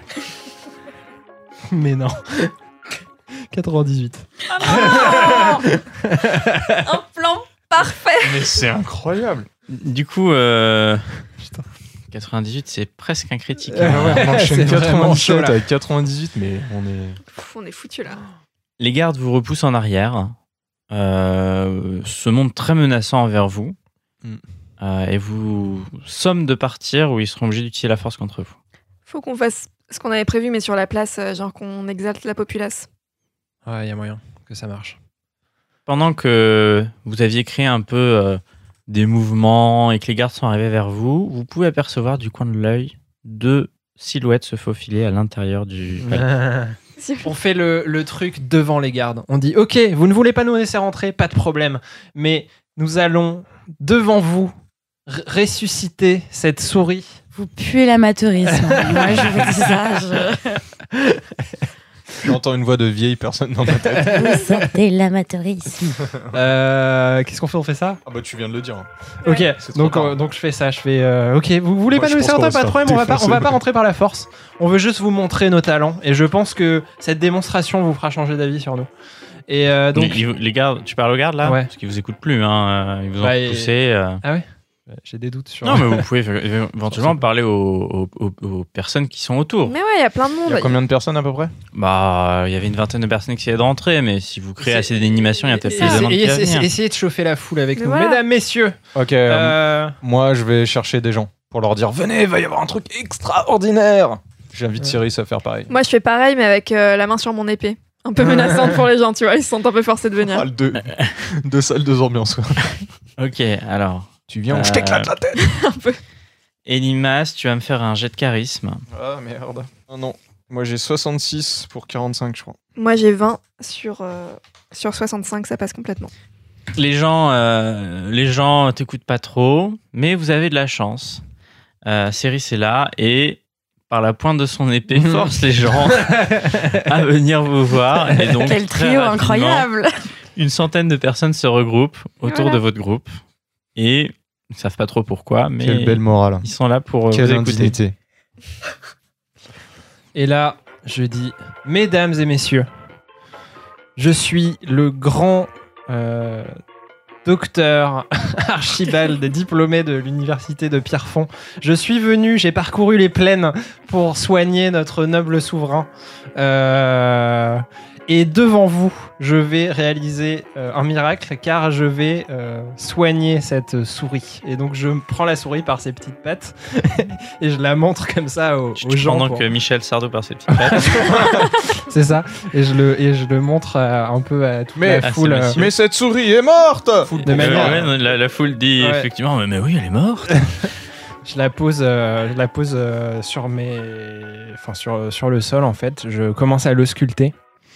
Mais non. quatre-vingt-dix-huit. Ah non Un plan parfait. Mais c'est incroyable. Du coup, euh, Putain. quatre-vingt-dix-huit, c'est presque un critique. Euh, ouais, On enchaîne c'est vraiment chaud, quatre-vingt-dix-sept là. avec quatre-vingt-dix-huit, mais on est. Pff, on est foutu là. Les gardes vous repoussent en arrière, euh, se montrent très menaçants envers vous, Mm. euh, et vous somment de partir ou ils seront obligés d'utiliser la force contre vous. Faut qu'on fasse ce qu'on avait prévu, mais sur la place, euh, genre qu'on exalte la populace. Ouais, il y a moyen que ça marche. Pendant que vous aviez créé un peu euh, des mouvements et que les gardes sont arrivés vers vous, vous pouvez apercevoir du coin de l'œil deux silhouettes se faufiler à l'intérieur du palais. On fait le, le truc devant les gardes. On dit ok, vous ne voulez pas nous laisser rentrer, pas de problème. Mais nous allons devant vous r- ressusciter cette souris. Vous puez l'amateurisme. Moi, je vous dis ça. Je... J'entends une voix de vieille personne dans ma tête. Vous sentez l'amateurisme. Euh, Qu'est-ce qu'on fait? On fait ça? Ah bah tu viens de le dire. Ok, C'est trop donc, tard. euh, donc je fais ça. Je fais euh, ok, vous voulez Moi, pas je nous laisser pense qu'on rentrer, va pas de se problème. faire On va pas, on va défoncer. pas rentrer par la force. On veut juste vous montrer nos talents. Et je pense que cette démonstration vous fera changer d'avis sur nous. Et euh, donc. Donc, ils- les gardes, tu parles aux gardes là? Ouais. Parce qu'ils vous écoutent plus, hein, euh, ils vous ont Bah, et- poussé. euh. Ah ouais? J'ai des doutes sur. Non, mais vous pouvez euh, éventuellement parler aux, aux- aux- aux personnes qui sont autour. Mais ouais, il y a plein de Il y monde. a combien de personnes à peu près? Bah, il y avait une vingtaine de personnes qui essayaient de rentrer, mais si vous créez C'est- assez d'animation, il y a peut-être Et- plus de et- monde et- qui va et- venir. Essayez de chauffer la foule avec Mais nous. voilà. Mesdames, messieurs. Ok, euh, euh, moi je vais chercher des gens pour leur dire venez, il va y avoir un truc extraordinaire. J'invite Ouais. Cyrus à faire pareil. Moi, je fais pareil, mais avec euh, la main sur mon épée. Un peu menaçante pour les gens, tu vois. Ils se sentent un peu forcés de venir. Ah, le deux, deux salles, deux ambiances. quoi. Ok, alors. Tu viens, Euh, je t'éclate la tête. Un peu. Et Limas, tu vas me faire un jet de charisme. Ah merde. Ah non. Moi j'ai soixante-six pour quarante-cinq, je crois. Moi, j'ai vingt sur, euh, sur soixante-cinq, ça passe complètement. Les gens, euh, les gens t'écoutent pas trop, mais vous avez de la chance. Euh, Céris est là et par la pointe de son épée force les gens à venir vous voir. Et donc, Quel très trio rapidement, incroyable. Une centaine de personnes se regroupent autour Voilà. de votre groupe et ils ne savent pas trop pourquoi, mais Quelle belle morale. ils sont là pour euh, Quelle vous écouter. indignité. Et là, je dis, mesdames et messieurs, je suis le grand euh, docteur Archibald, diplômé de l'université de Pierrefonds. Je suis venu, j'ai parcouru les plaines pour soigner notre noble souverain. Euh, et devant vous, je vais réaliser euh, un miracle car je vais euh, soigner cette souris. Et donc, je prends la souris par ses petites pattes et je la montre comme ça aux, aux gens. Pendant pour- que Michel Sardou par ses petites pattes. C'est ça. Et je le, et je le montre euh, un peu à toute Mais- la Ah, foule. c'est euh, monsieur. Mais cette souris est morte. de manière. Euh, ouais, la, la foule dit Ouais. effectivement, mais, mais oui, elle est morte. Je la pose, euh, je la pose euh, sur mes, enfin sur sur le sol en fait. Je commence à l'ausculter.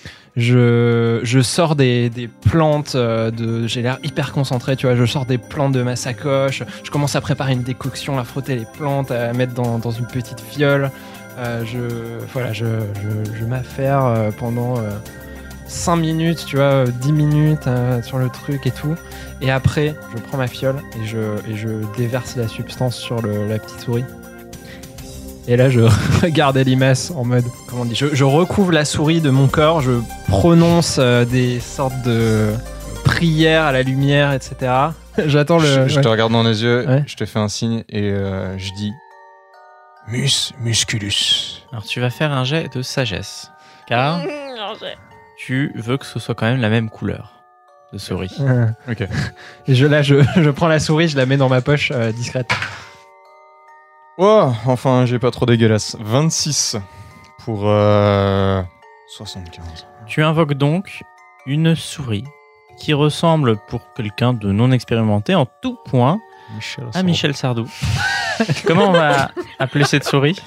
Je, je sors des, des plantes euh, de, j'ai l'air hyper concentré, tu vois. Je sors des plantes de ma sacoche. Je commence à préparer une décoction, à frotter les plantes, à mettre dans, dans une petite fiole. Euh, je, voilà, je, je, je m'affaire euh, pendant cinq minutes, tu vois, dix minutes euh, sur le truc et tout. Et après, je prends ma fiole et je, et je déverse la substance sur le, la petite souris. Et là, je regarde Elimas en mode, comment on dit, je, je recouvre la souris de mon corps, je prononce euh, des sortes de prières à la lumière, et cetera. J'attends le... Je, je ouais. te regarde dans les yeux, Ouais. je te fais un signe et euh, je dis Mus musculus. Alors tu vas faire un jet de sagesse, car tu veux que ce soit quand même la même couleur de souris. Euh, Ok. Et je, là, je, je prends la souris, je la mets dans ma poche euh, discrète. Oh, enfin, j'ai pas trop dégueulasse. vingt-six pour euh, soixante-quinze. Tu invoques donc une souris qui ressemble pour quelqu'un de non expérimenté en tout point Michel à Michel Sardou. Comment on va appeler cette souris?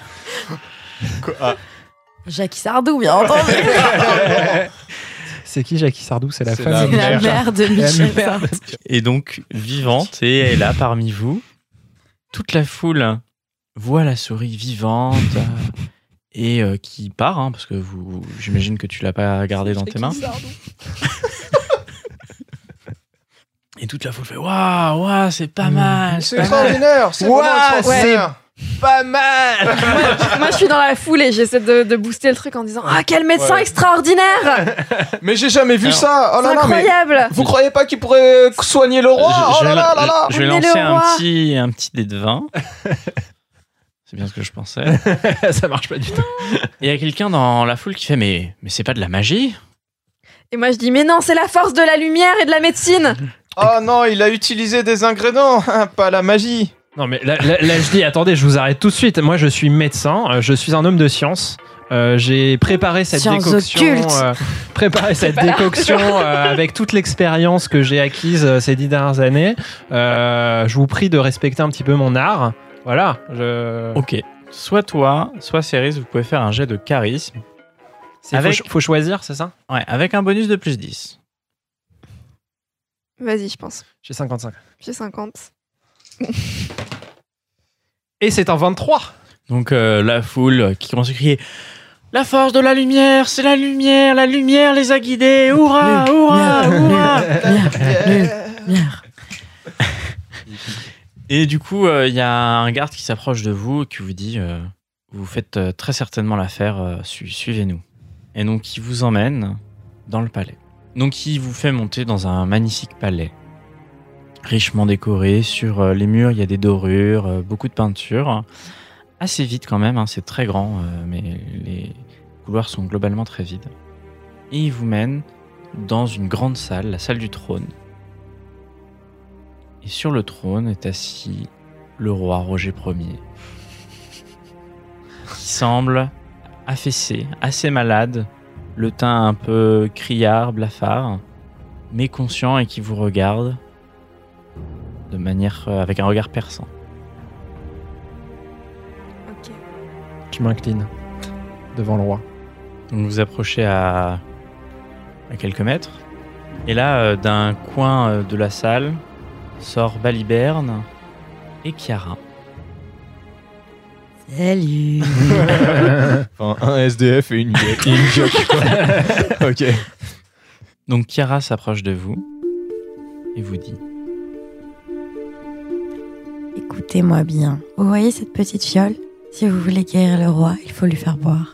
Ah, Jackie Sardou, bien entendu. C'est qui Jackie Sardou? C'est la C'est femme la de C'est la Michel. mère de La Michel mère. Sardou. Et donc vivante et elle est là parmi vous. Toute la foule voit la souris vivante euh, et euh, qui part, hein, parce que vous, j'imagine que tu l'as pas gardée dans tes mains. Et toute la foule fait waouh, waouh, c'est pas mal. c'est pas mal. extraordinaire, c'est Ouah, vraiment extraordinaire. Pas mal. moi, moi, je suis dans la foule et j'essaie de, de booster le truc en disant ah quel médecin Ouais. extraordinaire, Mais j'ai jamais vu Alors, ça. Oh c'est là là, mais incroyable. vous croyez pas qu'il pourrait soigner le roi? Je- Oh je là vais là la- là là. Je vais Emmenez lancer le un roi. petit, un petit dé de vingt. C'est bien ce que je pensais. Ça marche pas du tout. Et il y a quelqu'un dans la foule qui fait mais, mais c'est pas de la magie? Et moi je dis mais non, c'est la force de la lumière et de la médecine. Oh non, il a utilisé des ingrédients, hein, pas la magie. Non mais là, là, là, je dis attendez, je vous arrête tout de suite. Moi je suis médecin, euh, je suis un homme de science. Euh, j'ai préparé cette Sciences décoction, occultes. euh, préparé cette pas là. décoction euh, avec toute l'expérience que j'ai acquise euh, ces dix dernières années. Euh, je vous prie de respecter un petit peu mon art. Voilà. Je... Ok. Soit toi, soit Céris, vous pouvez faire un jet de charisme. C'est- Avec- faut, cho- faut choisir, c'est ça? Ouais, avec un bonus de plus dix. Vas-y, je pense. J'ai cinquante-cinq. J'ai cinquante. Et c'est un vingt-trois. Donc euh, la foule qui commence à crier la force de la lumière, c'est la lumière, la lumière les a guidés, hurrah, hurrah, hurrah. Lumière. Et du coup, il euh, y a un garde qui s'approche de vous et qui vous dit euh, vous faites euh, très certainement l'affaire, euh, su- suivez-nous. Et donc il vous emmène dans le palais. Donc il vous fait monter dans un magnifique palais, richement décoré. Sur euh, les murs, il y a des dorures, euh, beaucoup de peintures. Assez vide quand même, hein, c'est très grand, euh, mais les couloirs sont globalement très vides. Et il vous mène dans une grande salle, la salle du trône. Et sur le trône est assis le roi Roger Ier, qui semble affaissé, assez malade, le teint un peu criard, blafard, mais conscient et qui vous regarde de manière, euh, avec un regard perçant. je m'incline devant le roi. Donc vous approchez à, à quelques mètres. Et là, euh, d'un coin euh, de la salle, sort Baliberne et Chiara. Salut. Enfin, un S D F et une gueule. Et une joke, quoi. Ok. Donc Chiara s'approche de vous et vous dit Écoutez-moi bien. Vous voyez cette petite fiole? Si vous voulez guérir le roi, il faut lui faire boire.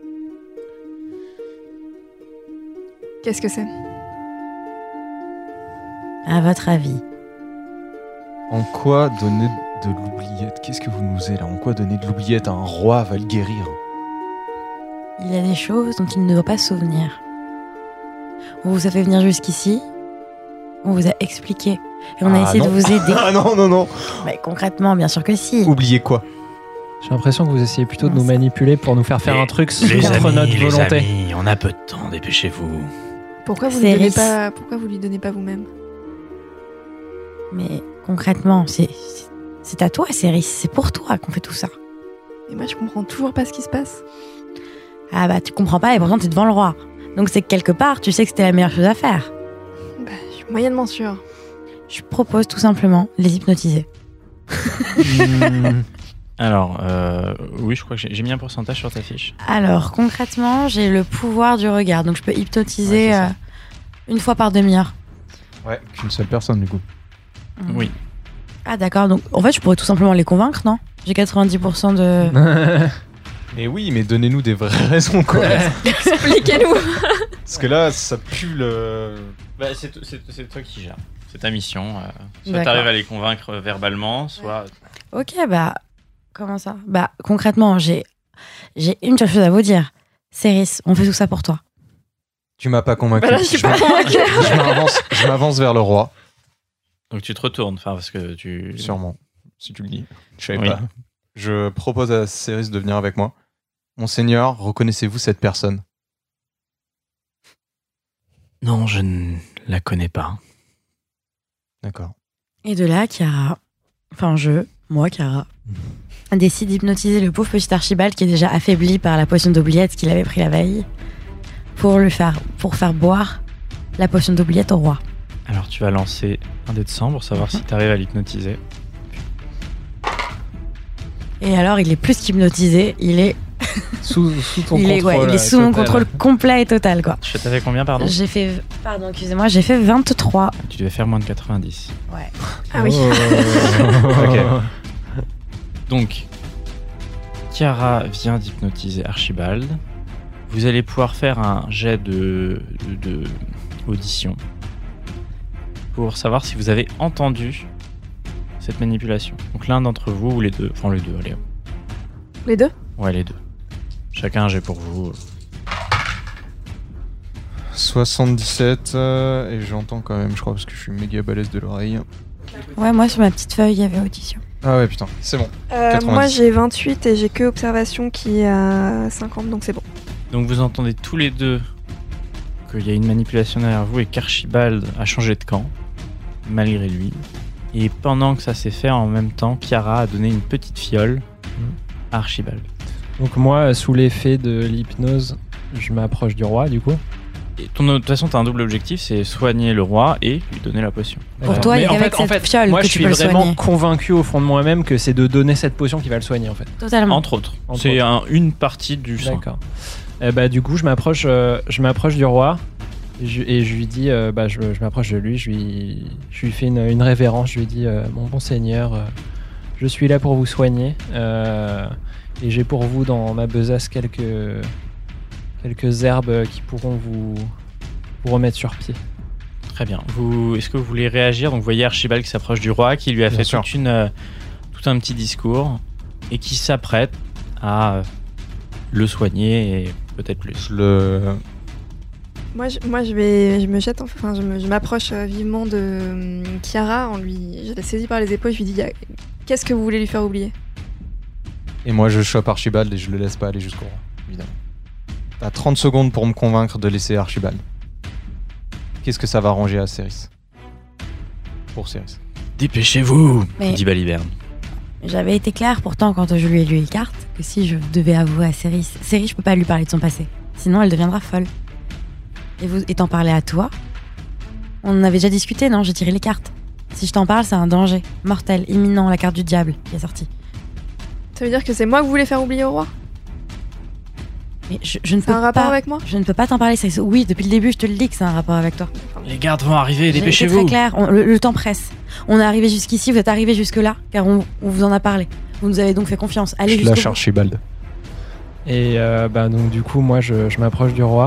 Qu'est-ce que c'est? À votre avis? En quoi donner de l'oubliette? Qu'est-ce que vous nous êtes là? En quoi donner de l'oubliette à un roi va le guérir? Il y a des choses dont il ne doit pas se souvenir. On vous a fait venir jusqu'ici. On vous a expliqué. Et on a Ah, essayé non. de vous aider. Ah non, non, non. Mais concrètement, bien sûr que si. Oubliez quoi? J'ai l'impression que vous essayez plutôt de Non, nous ça- manipuler pour nous faire faire Les- un truc Les contre amis, notre les volonté. amis, on a peu de temps, dépêchez-vous. Pourquoi vous C'est lui donnez riche. pas Pourquoi vous lui donnez pas vous-même? Mais concrètement, c'est, c'est, c'est à toi, Céris. C'est pour toi qu'on fait tout ça. Et moi, je comprends toujours pas ce qui se passe. Ah bah, tu comprends pas et pourtant t'es devant le roi. Donc c'est que quelque part, tu sais que c'était la meilleure chose à faire. Bah, je suis moyennement sûre. Je propose tout simplement de les hypnotiser. Hmm. Alors, euh, oui, je crois que j'ai, j'ai mis un pourcentage sur ta fiche. Alors, concrètement, j'ai le pouvoir du regard. Donc je peux hypnotiser Ouais, c'est ça. euh, une fois par demi-heure. Ouais, qu'une seule personne du coup. Mhm. Oui. Ah d'accord, donc en fait, je pourrais tout simplement les convaincre, non? J'ai quatre-vingt-dix pour cent de... Mais oui, mais donnez-nous des vraies raisons, quoi. Expliquez-nous. Parce que là, ça pue le. Bah, c'est, t- c'est, c'est toi qui gères. C'est ta mission. euh, soit D'accord. t'arrives à les convaincre verbalement, soit... Ok, bah... Comment ça? Bah, concrètement, j'ai, j'ai une seule chose à vous dire. Céris, on fait tout ça pour toi. Tu m'as pas convaincu. Bah là, je suis Je pas m'a- convaincue. je m'avance, je m'avance vers le roi, Donc tu te retournes, enfin, parce que tu... sûrement. Si tu le dis. Je savais Oui. pas. Je propose à Céris de venir avec moi. Monseigneur, reconnaissez-vous cette personne? Non, je ne la connais pas. D'accord. Et de là, Chiara, enfin je, moi, Chiara, décide d'hypnotiser le pauvre petit Archibald qui est déjà affaibli par la potion d'oubliette qu'il avait pris la veille pour lui faire, pour faire boire la potion d'oubliette au roi. Alors tu vas lancer un dé de sang pour savoir si tu arrives à l'hypnotiser. Et alors, il est plus qu'hypnotisé, il est, sous, sous ton il est, contrôle. ouais, il est euh, sous mon total. contrôle complet et total, quoi. Tu t'as fait combien, pardon? J'ai fait, pardon, excusez-moi, j'ai fait vingt-trois. Tu devais faire moins de quatre-vingt-dix. Ouais. Ah oui. Oh. Donc, Chiara vient d'hypnotiser Archibald. Vous allez pouvoir faire un jet de, de, de audition pour savoir si vous avez entendu cette manipulation. Donc l'un d'entre vous ou les deux, enfin les deux, allez. Les deux? Ouais, les deux. Chacun un jet pour vous. soixante-dix-sept, euh, et j'entends quand même, je crois, parce que je suis méga balèze de l'oreille. Ouais, moi, sur ma petite feuille, il y avait audition. Ah ouais, putain, c'est bon. Euh, quatre-vingt-dix. moi, j'ai vingt-huit et j'ai que observation qui est à cinquante, donc c'est bon. Donc vous entendez tous les deux qu'il y a une manipulation derrière vous et qu'Archibald a changé de camp, malgré lui. Et pendant que ça s'est fait, en même temps, Chiara a donné une petite fiole à Archibald. Donc moi, sous l'effet de l'hypnose, je m'approche du roi, du coup. Et ton, de toute façon, tu as un double objectif, c'est soigner le roi et lui donner la potion. Pour toi, il y a en qu'avec fait, en cette fait, fiole moi, que je tu suis peux le vraiment soigner. convaincu au fond de moi-même que c'est de donner cette potion qui va le soigner, en fait. Totalement. Entre autres. Entre c'est un- une partie du sang. D'accord. Eh bah, du coup, je m'approche, euh, je m'approche du roi et je, et je lui dis, euh, bah, je, je m'approche de lui, je lui, je lui fais une, une révérence, je lui dis, euh, mon bon seigneur, euh, je suis là pour vous soigner euh, et j'ai pour vous dans ma besace quelques, quelques herbes qui pourront vous, vous remettre sur pied. Très bien. Vous, est-ce que vous voulez réagir? Donc, vous voyez Archibald qui s'approche du roi, qui lui a Bien fait sûr. toute une, euh, tout un petit discours et qui s'apprête à euh, le soigner et peut-être plus. Je le. Moi, je, moi, je vais, je me jette, enfin, je, me- je m'approche euh, vivement de hum, Chiara, en lui, je la saisis par les épaules, je lui dis, Y a- qu'est-ce que vous voulez lui faire oublier? Et moi, je chope Archibald et je le laisse pas aller jusqu'au roi, évidemment. T'as trente secondes pour me convaincre de laisser Archibald. Qu'est-ce que ça va arranger à Céris? Pour Céris. Dépêchez-vous, Mais- dit Baliberne. J'avais été claire pourtant quand je lui ai lu les cartes que si je devais avouer à Céris, Céris, je peux pas lui parler de son passé. Sinon, elle deviendra folle. Et vous, et t'en parler à toi, on en avait déjà discuté, non? J'ai tiré les cartes. Si je t'en parle, c'est un danger mortel, imminent, la carte du diable qui est sortie. Ça veut dire que c'est moi que vous voulez faire oublier au roi? Mais je, je ne C'est peux un rapport pas. avec moi? Je ne peux pas t'en parler. C'est, oui, depuis le début, je te le dis que c'est un rapport avec toi. Les gardes vont arriver, C'est dépêchez-vous. très clair. On- le, le temps presse. On est arrivé jusqu'ici. Vous êtes arrivé jusque là, car on, on vous en a parlé. Vous nous avez donc fait confiance. Allez Je jusqu'au lâche bout. Archibald. Et euh, bah, donc du coup, moi, je, je m'approche du roi.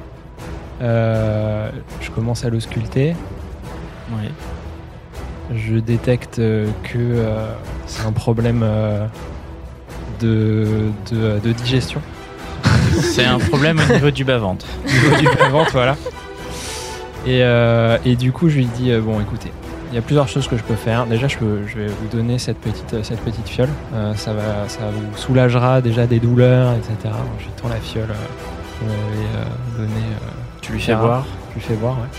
Euh, je commence à l'ausculter. Ouais. Je détecte euh, que euh, c'est un problème euh, de, de, de digestion. C'est un problème au niveau du bas-ventre. Au niveau du bas-ventre, voilà. Et, euh, et du coup, je lui dis euh, bon, écoutez, il y a plusieurs choses que je peux faire. Déjà, je, peux, je vais vous donner cette petite, cette petite fiole. Euh, ça, va, ça vous soulagera déjà des douleurs, et cetera. Donc, je lui tourne la fiole euh, que vous m'avez euh, donnée. Euh, Tu lui fais Sarah. boire. Je lui fais boire, ouais.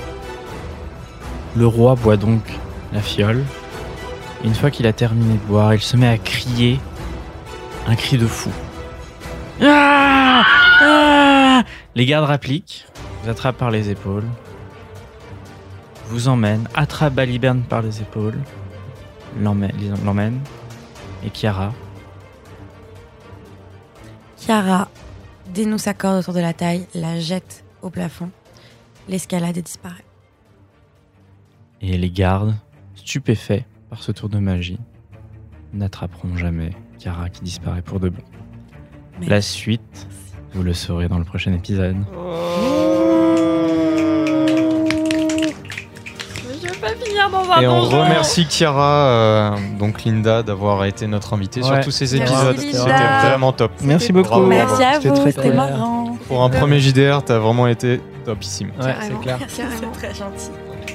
Le roi boit donc la fiole. Et une fois qu'il a terminé de boire, il se met à crier un cri de fou. Ah Ah Les gardes rappliquent, vous attrapent par les épaules, vous emmènent, attrapent Baliberne par les épaules, l'emmènent, l'emmènent, et Chiara. Chiara dénoue sa corde autour de la taille, la jette au plafond. L'escalade et disparaît. Et les gardes, stupéfaits par ce tour de magie, n'attraperont jamais Chiara qui disparaît pour de bon. Mais- La suite, vous le saurez dans le prochain épisode. Je veux pas finir dans un Et on donjon. remercie Chiara, euh, donc Linda, d'avoir été notre invitée sur Ouais. tous ces Merci, épisodes. Linda. C'était vraiment top. Merci C'était beaucoup. Bravo. Merci à C'était vous, très c'était clair. marrant. Pour un premier J D R, t'as vraiment été topissime. Ouais, Carrément. c'est clair. Carrément. C'est très gentil.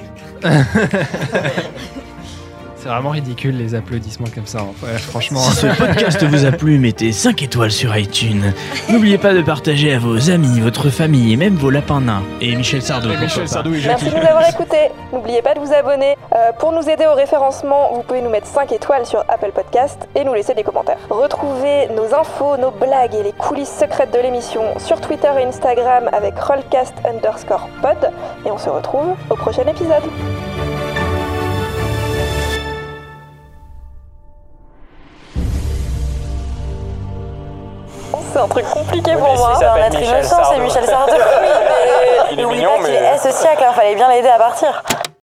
C'est vraiment ridicule les applaudissements comme ça. hein. Ouais, franchement. Si ce podcast vous a plu, mettez cinq étoiles sur iTunes. N'oubliez pas de partager à vos amis, votre famille et même vos lapins nains. Et Michel Sardou. pourquoi pas. Merci de nous avoir écoutés. N'oubliez pas de vous abonner. Euh, pour nous aider au référencement, vous pouvez nous mettre cinq étoiles sur Apple Podcast et nous laisser des commentaires. Retrouvez nos infos, nos blagues et les coulisses secrètes de l'émission sur Twitter et Instagram avec Rollcast underscore pod. Et on se retrouve au prochain épisode. C'est un truc compliqué pour moi. C'est un être innocent, c'est Michel Sardou. Oui, mais il est mignon, mais... Il est S au siècle, il fallait bien l'aider à partir.